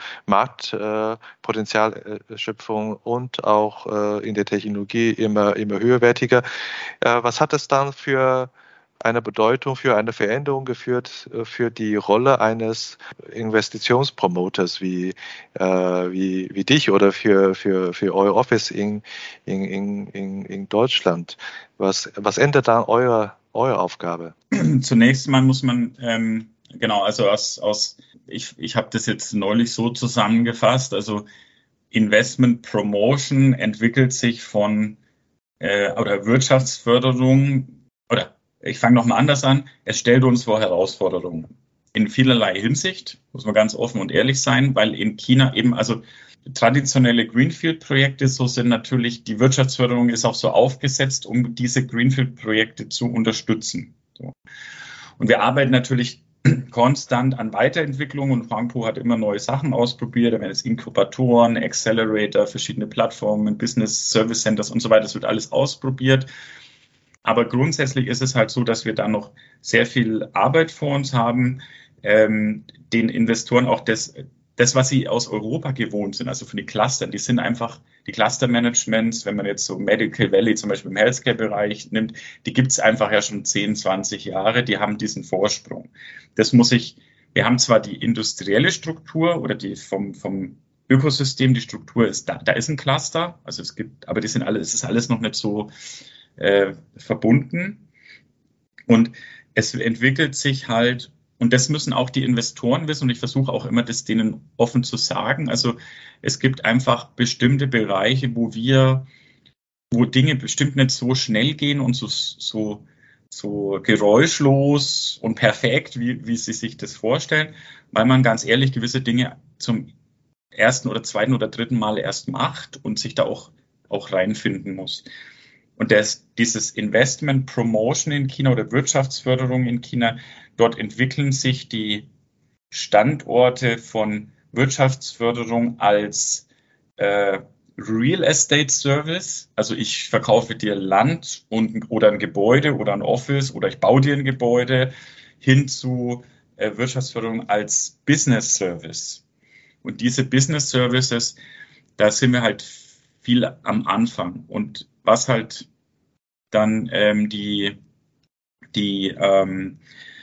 Speaker 2: Marktpotenzialschöpfung äh, und auch äh, in der Technologie immer, immer höherwertiger. Äh, was hat es dann für eine Bedeutung für eine Veränderung geführt für die Rolle eines Investitionspromoters wie, äh, wie, wie dich oder für, für, für euer Office in, in, in, in Deutschland? Was, was ändert dann eure, eure Aufgabe?
Speaker 1: Zunächst mal muss man, ähm, genau, also aus, aus ich, ich habe das jetzt neulich so zusammengefasst, also Investment Promotion entwickelt sich von äh, oder Wirtschaftsförderung, oder ich fange nochmal anders an, es stellt uns vor Herausforderungen. In vielerlei Hinsicht, muss man ganz offen und ehrlich sein, weil in China eben, also traditionelle Greenfield-Projekte, so sind natürlich, die Wirtschaftsförderung ist auch so aufgesetzt, um diese Greenfield-Projekte zu unterstützen. So. Und wir arbeiten natürlich konstant an Weiterentwicklung und Huangpu hat immer neue Sachen ausprobiert, da werden es Inkubatoren, Accelerator, verschiedene Plattformen, Business Service Centers und so weiter, das wird alles ausprobiert. Aber grundsätzlich ist es halt so, dass wir da noch sehr viel Arbeit vor uns haben, ähm, den Investoren auch das, das, was sie aus Europa gewohnt sind, also von den Clustern, die sind einfach, die Cluster-Managements, wenn man jetzt so Medical Valley zum Beispiel im Healthcare-Bereich nimmt, die gibt es einfach ja schon zehn, zwanzig Jahre, die haben diesen Vorsprung. Das muss ich, wir haben zwar die industrielle Struktur oder die vom, vom Ökosystem, die Struktur ist da, da ist ein Cluster, also es gibt, aber die sind alle, es ist alles noch nicht so äh, verbunden und es entwickelt sich halt. Und das müssen auch die Investoren wissen und ich versuche auch immer, das denen offen zu sagen. Also es gibt einfach bestimmte Bereiche, wo wir, wo Dinge bestimmt nicht so schnell gehen und so, so, so geräuschlos und perfekt, wie, wie sie sich das vorstellen, weil man ganz ehrlich gewisse Dinge zum ersten oder zweiten oder dritten Mal erst macht und sich da auch, auch reinfinden muss. Und das, dieses Investment Promotion in China oder Wirtschaftsförderung in China, dort entwickeln sich die Standorte von Wirtschaftsförderung als äh, Real Estate Service. Also ich verkaufe dir Land und, oder ein Gebäude oder ein Office oder ich baue dir ein Gebäude hin zu äh, Wirtschaftsförderung als Business Service. Und diese Business Services, da sind wir halt viel am Anfang. Und was halt dann ähm, die, die ähm,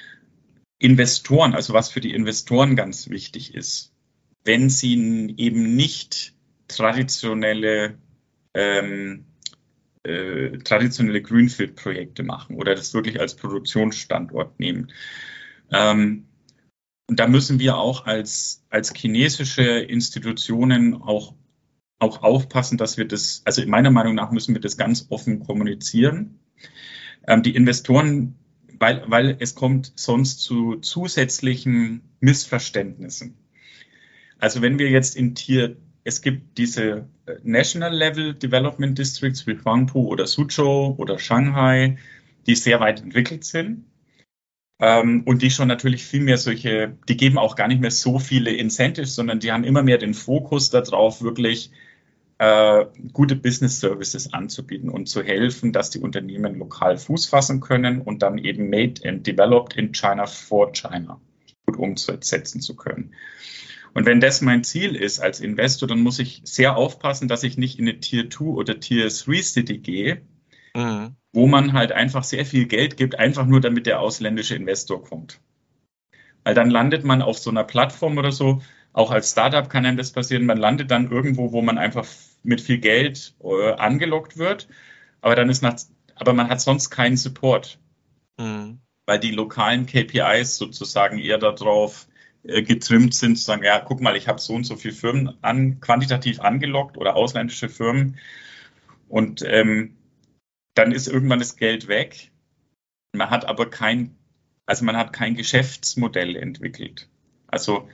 Speaker 1: Investoren, also was für die Investoren ganz wichtig ist, wenn sie eben nicht traditionelle, ähm, äh, traditionelle Greenfield-Projekte machen oder das wirklich als Produktionsstandort nehmen. Ähm, und da müssen wir auch als, als chinesische Institutionen auch auch aufpassen, dass wir das, also meiner Meinung nach müssen wir das ganz offen kommunizieren. Ähm, die Investoren, weil, weil es kommt sonst zu zusätzlichen Missverständnissen. Also wenn wir jetzt in Tier, es gibt diese National Level Development Districts wie Huangpu oder Suzhou oder Shanghai, die sehr weit entwickelt sind. Ähm, und die schon natürlich viel mehr solche, die geben auch gar nicht mehr so viele Incentives, sondern die haben immer mehr den Fokus darauf, wirklich äh, gute Business Services anzubieten und zu helfen, dass die Unternehmen lokal Fuß fassen können und dann eben made and developed in China for China gut umzusetzen zu können. Und wenn das mein Ziel ist als Investor, dann muss ich sehr aufpassen, dass ich nicht in eine Tier zwei oder Tier drei City gehe, mhm. wo man halt einfach sehr viel Geld gibt, einfach nur damit der ausländische Investor kommt. Weil dann landet man auf so einer Plattform oder so, auch als Startup kann einem das passieren, man landet dann irgendwo, wo man einfach mit viel Geld äh, angelockt wird, aber dann ist nach, aber man hat sonst keinen Support, mhm. weil die lokalen K P Is sozusagen eher darauf äh, getrimmt sind, zu sagen, ja, guck mal, ich habe so und so viele Firmen an, quantitativ angelockt oder ausländische Firmen und ähm, dann ist irgendwann das Geld weg. Man hat aber kein, also man hat kein Geschäftsmodell entwickelt. Also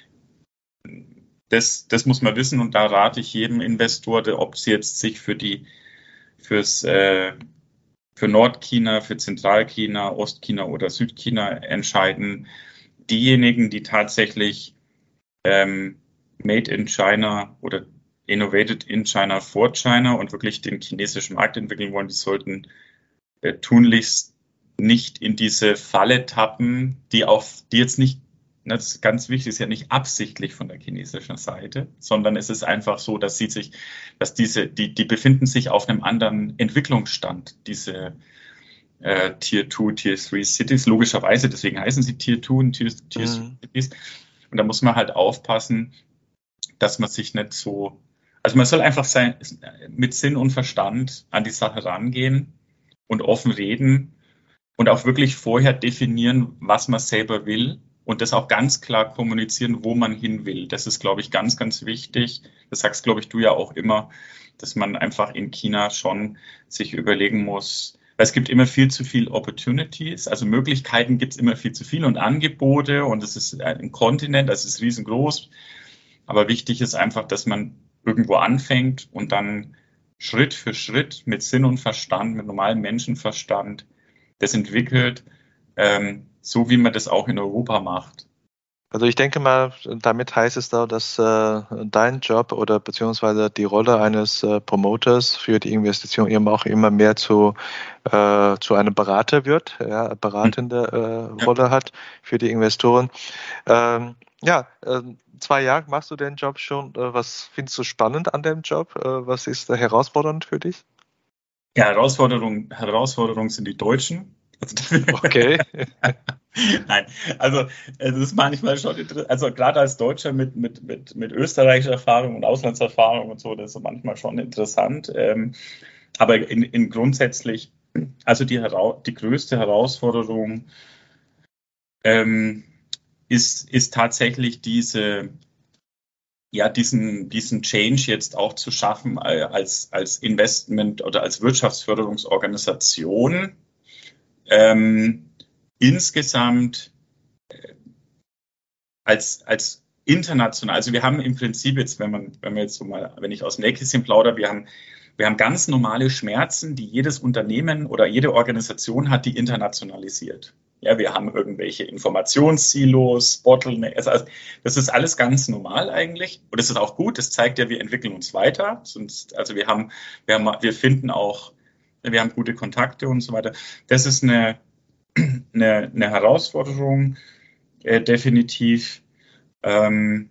Speaker 1: das, das muss man wissen und da rate ich jedem Investor, ob sie jetzt sich für die, fürs, äh, für Nordchina, für Zentralchina, Ostchina oder Südchina entscheiden. Diejenigen, die tatsächlich ähm, Made in China oder Innovated in China for China und wirklich den chinesischen Markt entwickeln wollen, die sollten äh, tunlichst nicht in diese Falle tappen, die auf, die jetzt nicht, das ist ganz wichtig, ist ja nicht absichtlich von der chinesischen Seite, sondern es ist einfach so, dass sie sich, dass diese, die, die befinden sich auf einem anderen Entwicklungsstand, diese äh, Tier zwei, Tier drei Cities, logischerweise, deswegen heißen sie Tier zwei und Tier, Tier
Speaker 2: mhm.
Speaker 1: drei Cities. Und da muss man halt aufpassen, dass man sich nicht so, also man soll einfach sein, mit Sinn und Verstand an die Sache rangehen und offen reden und auch wirklich vorher definieren, was man selber will und das auch ganz klar kommunizieren, wo man hin will. Das ist, glaube ich, ganz, ganz wichtig. Das sagst, glaube ich, du ja auch immer, dass man einfach in China schon sich überlegen muss, weil es gibt immer viel zu viel Opportunities, also Möglichkeiten gibt es immer viel zu viel und Angebote und es ist ein Kontinent, das ist riesengroß. Aber wichtig ist einfach, dass man irgendwo anfängt und dann Schritt für Schritt mit Sinn und Verstand, mit normalem Menschenverstand das entwickelt, ähm, so wie man das auch in Europa macht.
Speaker 2: Also ich denke mal, damit heißt es da, dass äh, dein Job oder beziehungsweise die Rolle eines äh, Promoters für die Investition eben auch immer mehr zu, äh, zu einem Berater wird, ja, beratende äh,
Speaker 1: Ja.
Speaker 2: Rolle hat für die Investoren. Ähm, ja, äh, zwei Jahre machst du den Job schon. Äh, was findest du spannend an dem Job? Äh, was ist da herausfordernd für dich?
Speaker 1: Ja, Herausforderung, Herausforderung sind die Deutschen.
Speaker 2: Okay.
Speaker 1: Nein, also es ist manchmal schon interessant, also gerade als Deutscher mit, mit, mit, mit österreichischer Erfahrung und Auslandserfahrung und so, das ist manchmal schon interessant. Ähm, aber in, in grundsätzlich, also die, die größte Herausforderung ähm, ist, ist tatsächlich diese, ja, diesen, diesen Change jetzt auch zu schaffen als, als Investment oder als Wirtschaftsförderungsorganisation. Ähm, insgesamt äh, als, als international, also wir haben im Prinzip jetzt, wenn man, wenn man jetzt so mal, wenn ich aus dem Nähkästchen plaudere, wir haben, wir haben ganz normale Schmerzen, die jedes Unternehmen oder jede Organisation hat, die internationalisiert. Ja, wir haben irgendwelche Informationssilos, Bottlenecks, also das ist alles ganz normal eigentlich und das ist auch gut, das zeigt ja, wir entwickeln uns weiter, sonst, also wir haben, wir haben, wir finden auch, wir haben gute Kontakte und so weiter. Das ist eine, eine, eine Herausforderung, äh, definitiv. Ähm,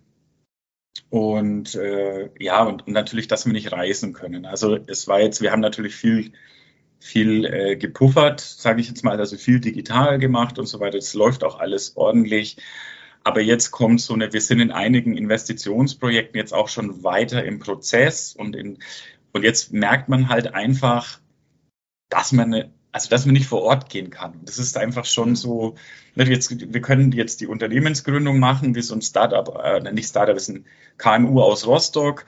Speaker 1: und äh, ja, und, und natürlich, dass wir nicht reisen können. Also es war jetzt, wir haben natürlich viel, viel äh, gepuffert, sage ich jetzt mal, also viel digital gemacht und so weiter. Es läuft auch alles ordentlich. Aber jetzt kommt so eine, wir sind in einigen Investitionsprojekten jetzt auch schon weiter im Prozess und in, und jetzt merkt man halt einfach, dass man eine, also dass man nicht vor Ort gehen kann. Das ist einfach schon so, jetzt, wir können jetzt die Unternehmensgründung machen, wie so ein Startup, äh, nicht Startup, ist ein K M U aus Rostock.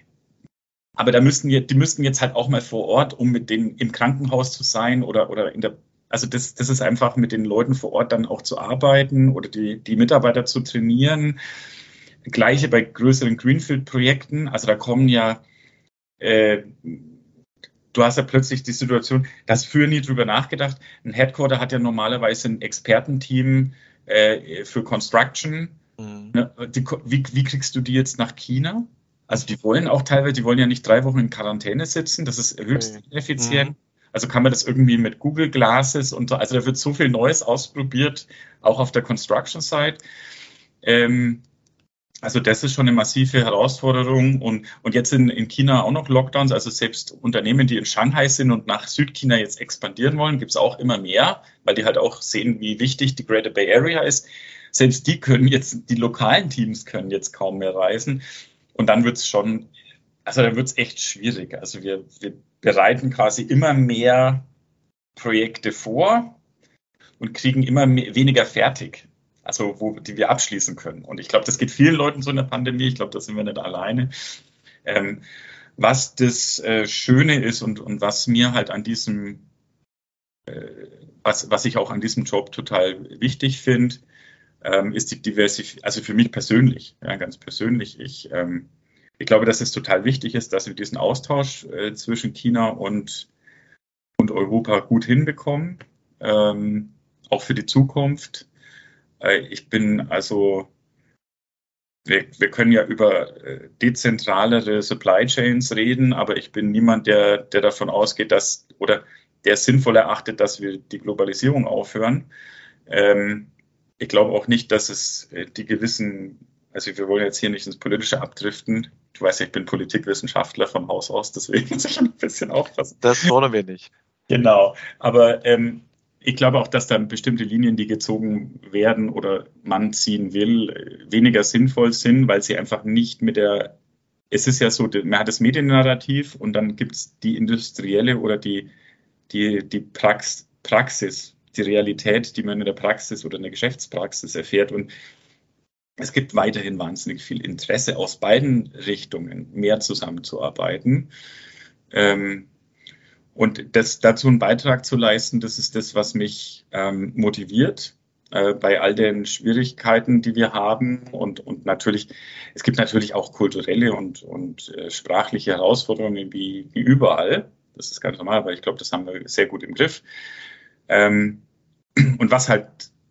Speaker 1: Aber da müssten wir, die müssten jetzt halt auch mal vor Ort, um mit denen im Krankenhaus zu sein oder, oder in der, also das, das ist einfach mit den Leuten vor Ort dann auch zu arbeiten oder die, die Mitarbeiter zu trainieren. Gleiche bei größeren Greenfield-Projekten. Also da kommen ja, äh, du hast ja plötzlich die Situation, da hast früher nie drüber nachgedacht. Ein Headquarter hat ja normalerweise ein Expertenteam äh, für Construction. Mhm. Ne, die, wie, wie kriegst du die jetzt nach China? Also die wollen auch teilweise, die wollen ja nicht drei Wochen in Quarantäne sitzen. Das ist höchst okay. ineffizient. Mhm. Also kann man das irgendwie mit Google Glasses und so. Also da wird so viel Neues ausprobiert, auch auf der Construction Side. Ähm, Also das ist schon eine massive Herausforderung und, und jetzt in, in China auch noch Lockdowns, also selbst Unternehmen, die in Shanghai sind und nach Südchina jetzt expandieren wollen, gibt es auch immer mehr, weil die halt auch sehen, wie wichtig die Greater Bay Area ist. Selbst die können jetzt, die lokalen Teams können jetzt kaum mehr reisen und dann wird es schon, also da wird es echt schwierig. Also wir, wir bereiten quasi immer mehr Projekte vor und kriegen immer mehr, weniger fertig. Also wo, die wir abschließen können. Und ich glaube, das geht vielen Leuten so in der Pandemie. Ich glaube, da sind wir nicht alleine. Ähm, was das äh, Schöne ist und, und was mir halt an diesem, äh, was, was ich auch an diesem Job total wichtig finde, ähm, ist die Diversifizierung, also für mich persönlich, ja, ganz persönlich. Ich, ähm, ich glaube, dass es total wichtig ist, dass wir diesen Austausch äh, zwischen China und, und Europa gut hinbekommen, ähm, auch für die Zukunft. Ich bin also, wir, wir können ja über äh, dezentralere Supply Chains reden, aber ich bin niemand, der, der davon ausgeht, dass oder der sinnvoll erachtet, dass wir die Globalisierung aufhören. Ähm, ich glaube auch nicht, dass es äh, die gewissen, also wir wollen jetzt hier nicht ins Politische abdriften. Du weißt ja, ich bin Politikwissenschaftler vom Haus aus, deswegen muss ich ein bisschen aufpassen.
Speaker 2: Das wollen wir nicht.
Speaker 1: Genau, aber ähm, ich glaube auch, dass dann bestimmte Linien, die gezogen werden oder man ziehen will, weniger sinnvoll sind, weil sie einfach nicht mit der, es ist ja so, man hat das Mediennarrativ und dann gibt es die industrielle oder die, die, die Prax, Praxis. die Realität, die man in der Praxis oder in der Geschäftspraxis erfährt. Und es gibt weiterhin wahnsinnig viel Interesse aus beiden Richtungen, mehr zusammenzuarbeiten. Ähm, und das, dazu einen Beitrag zu leisten, das ist das, was mich ähm, motiviert äh, bei all den Schwierigkeiten, die wir haben. Und, und natürlich, es gibt natürlich auch kulturelle und, und äh, sprachliche Herausforderungen wie, wie überall. Das ist ganz normal, aber ich glaube, das haben wir sehr gut im Griff. Ähm, und was halt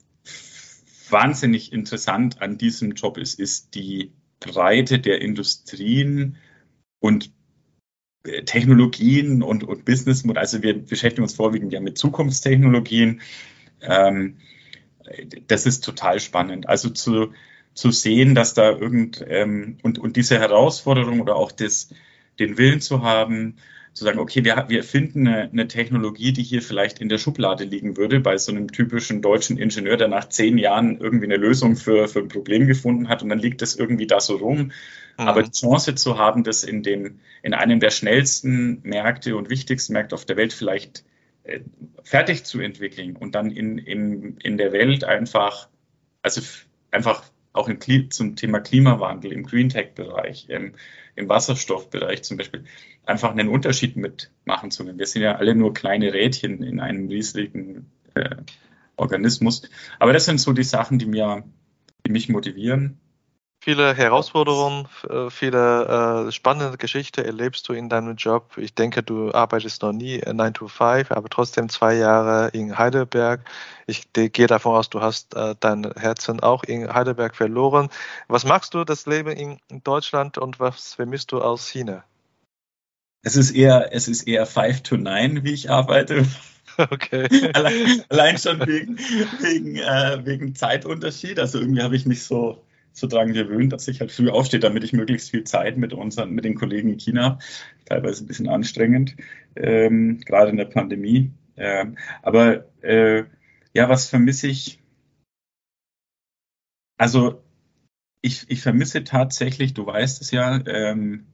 Speaker 1: wahnsinnig interessant an diesem Job ist, ist die Breite der Industrien und Technologien und, und Businessmodelle. Also wir beschäftigen uns vorwiegend ja mit Zukunftstechnologien. Ähm, das ist total spannend. Also zu, zu sehen, dass da irgend ähm, und, und diese Herausforderung oder auch das, den Willen zu haben, zu sagen, okay, wir, wir finden eine, eine Technologie, die hier vielleicht in der Schublade liegen würde, bei so einem typischen deutschen Ingenieur, der nach zehn Jahren irgendwie eine Lösung für, für ein Problem gefunden hat und dann liegt das irgendwie da so rum. Mhm. Aber die Chance zu haben, das in, dem, in einem der schnellsten Märkte und wichtigsten Märkte auf der Welt vielleicht äh, fertig zu entwickeln und dann in, in, in der Welt einfach, also einfach auch im, zum Thema Klimawandel, im Green Tech-Bereich, im, im Wasserstoffbereich zum Beispiel, einfach einen Unterschied mitmachen zu können. Wir sind ja alle nur kleine Rädchen in einem riesigen äh, Organismus. Aber das sind so die Sachen, die, mir, die mich motivieren.
Speaker 2: Viele Herausforderungen, viele äh, spannende Geschichten erlebst du in deinem Job. Ich denke, du arbeitest noch nie nine to five, aber trotzdem zwei Jahre in Heidelberg. Ich gehe davon aus, du hast äh, dein Herzen auch in Heidelberg verloren. Was magst du das Leben in, in Deutschland und was vermisst du aus China?
Speaker 1: Es ist eher, es ist eher five to nine, wie ich arbeite.
Speaker 2: Okay.
Speaker 1: allein, allein schon wegen, wegen, äh, wegen Zeitunterschied. Also irgendwie habe ich mich so so daran gewöhnt, dass ich halt früh aufstehe, damit ich möglichst viel Zeit mit unseren, mit den Kollegen in China habe. Teilweise ein bisschen anstrengend, ähm, gerade in der Pandemie. Ähm, aber äh, ja, was vermisse ich? Also ich, ich vermisse tatsächlich, du weißt es ja, ähm,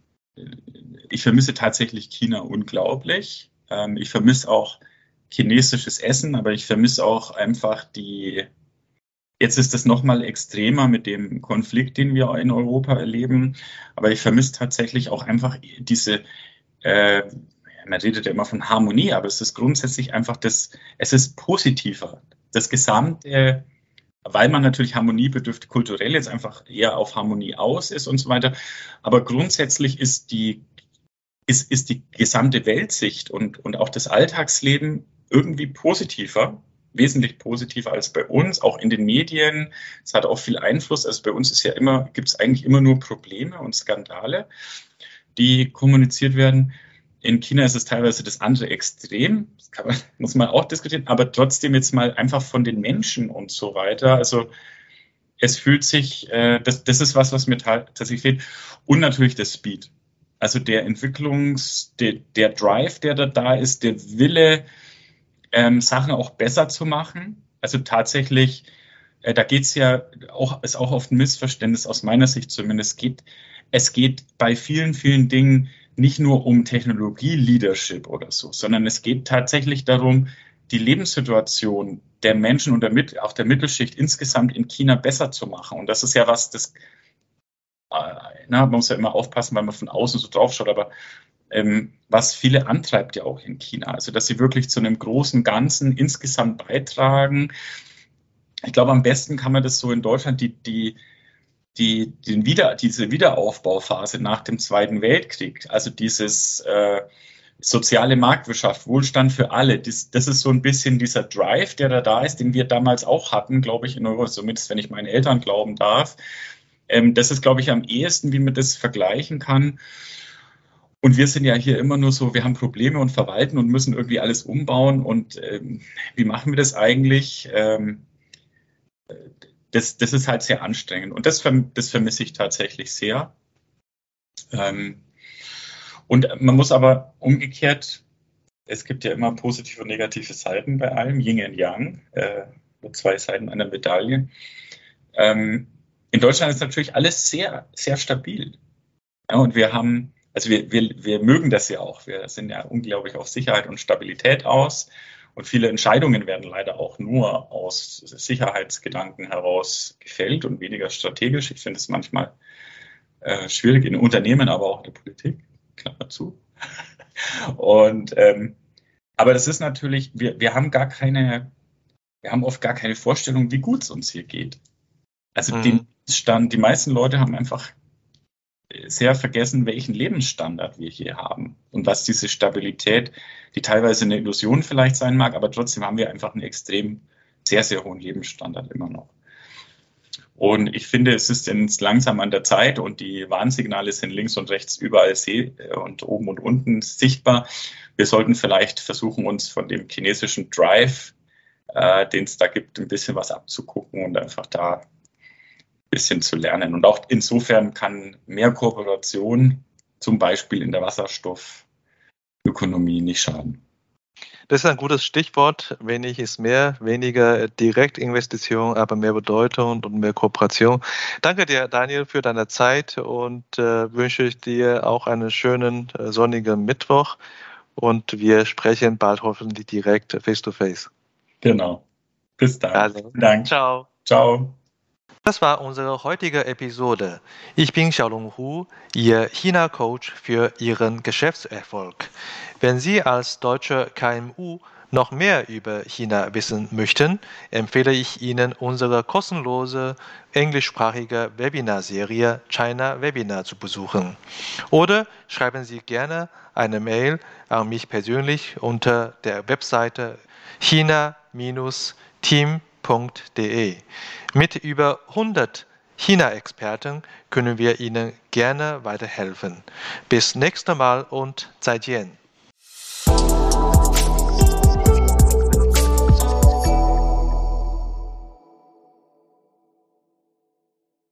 Speaker 1: ich vermisse tatsächlich China unglaublich. Ähm, ich vermisse auch chinesisches Essen, aber ich vermisse auch einfach die. Jetzt ist es nochmal extremer mit dem Konflikt, den wir in Europa erleben. Aber ich vermisse tatsächlich auch einfach diese, äh, man redet ja immer von Harmonie, aber es ist grundsätzlich einfach das, es ist positiver. Das gesamte, weil man natürlich harmoniebedürftig kulturell jetzt einfach eher auf Harmonie aus ist und so weiter. Aber grundsätzlich ist die, ist, ist die gesamte Weltsicht und, und auch das Alltagsleben irgendwie positiver. Wesentlich positiver als bei uns, auch in den Medien. Es hat auch viel Einfluss. Also bei uns ist ja immer, gibt es eigentlich immer nur Probleme und Skandale, die kommuniziert werden. In China ist es teilweise das andere Extrem. Das kann man, muss man auch diskutieren, aber trotzdem jetzt mal einfach von den Menschen und so weiter. Also es fühlt sich, äh, das, das ist was, was mir tatsächlich fehlt. Und natürlich der Speed. Also der Entwicklungs, der, der Drive, der da da ist, der Wille, Ähm, Sachen auch besser zu machen. Also tatsächlich, äh, da geht es ja auch, ist auch oft ein Missverständnis aus meiner Sicht zumindest. Geht, es geht bei vielen, vielen Dingen nicht nur um Technologie-Leadership oder so, sondern es geht tatsächlich darum, die Lebenssituation der Menschen und der, auch der Mittelschicht insgesamt in China besser zu machen. Und das ist ja was, das, äh, na, man muss ja immer aufpassen, weil man von außen so drauf schaut, aber Ähm, was viele antreibt ja auch in China. Also, dass sie wirklich zu einem großen Ganzen insgesamt beitragen. Ich glaube, am besten kann man das so in Deutschland, die, die, die, den Wieder, diese Wiederaufbauphase nach dem Zweiten Weltkrieg, also dieses äh, soziale Marktwirtschaft, Wohlstand für alle, das, das ist so ein bisschen dieser Drive, der da da ist, den wir damals auch hatten, glaube ich, in Europa, zumindest wenn ich meinen Eltern glauben darf. Ähm, das ist, glaube ich, am ehesten, wie man das vergleichen kann. Und wir sind ja hier immer nur so, wir haben Probleme und verwalten und müssen irgendwie alles umbauen. Und ähm, wie machen wir das eigentlich? Ähm, das, das ist halt sehr anstrengend. Und das, das vermisse ich tatsächlich sehr. Ähm, und man muss aber umgekehrt, es gibt ja immer positive und negative Seiten bei allem, Yin und Yang, äh, zwei Seiten einer Medaille. Ähm, in Deutschland ist natürlich alles sehr, sehr stabil. Ja, und wir haben Also wir, wir, wir mögen das ja auch. Wir sind ja unglaublich auf Sicherheit und Stabilität aus. Und viele Entscheidungen werden leider auch nur aus Sicherheitsgedanken heraus gefällt und weniger strategisch. Ich finde es manchmal äh, schwierig in Unternehmen, aber auch in der Politik, Klammer zu. Und ähm, aber das ist natürlich, wir, wir haben gar keine, wir haben oft gar keine Vorstellung, wie gut es uns hier geht. Also mhm. den Stand, die meisten Leute haben einfach sehr vergessen, welchen Lebensstandard wir hier haben und was diese Stabilität, die teilweise eine Illusion vielleicht sein mag, aber trotzdem haben wir einfach einen extrem sehr, sehr hohen Lebensstandard immer noch. Und ich finde, es ist jetzt langsam an der Zeit und die Warnsignale sind links und rechts überall seh- und oben und unten sichtbar. Wir sollten vielleicht versuchen, uns von dem chinesischen Drive, äh, den es da gibt, ein bisschen was abzugucken und einfach da ein bisschen zu lernen. Und auch insofern kann mehr Kooperation, zum Beispiel in der Wasserstoffökonomie, nicht schaden.
Speaker 2: Das ist ein gutes Stichwort. Wenig ist mehr, weniger Direktinvestition, aber mehr Bedeutung und mehr Kooperation. Danke dir, Daniel, für deine Zeit und äh, wünsche ich dir auch einen schönen äh, sonnigen Mittwoch. Und wir sprechen bald hoffentlich direkt face-to-face.
Speaker 1: Genau. Bis dann.
Speaker 2: Also,
Speaker 1: Danke.
Speaker 2: Ciao.
Speaker 1: Ciao.
Speaker 2: Das war unsere heutige Episode. Ich bin Xiaolong Hu, Ihr China-Coach für Ihren Geschäftserfolg. Wenn Sie als deutsche K M U noch mehr über China wissen möchten, empfehle ich Ihnen unsere kostenlose englischsprachige Webinarserie China Webinar zu besuchen. Oder schreiben Sie gerne eine Mail an mich persönlich unter der Webseite china Bindestrich team punkt de. Mit über hundert China-Experten können wir Ihnen gerne weiterhelfen. Bis nächstes Mal und 再见.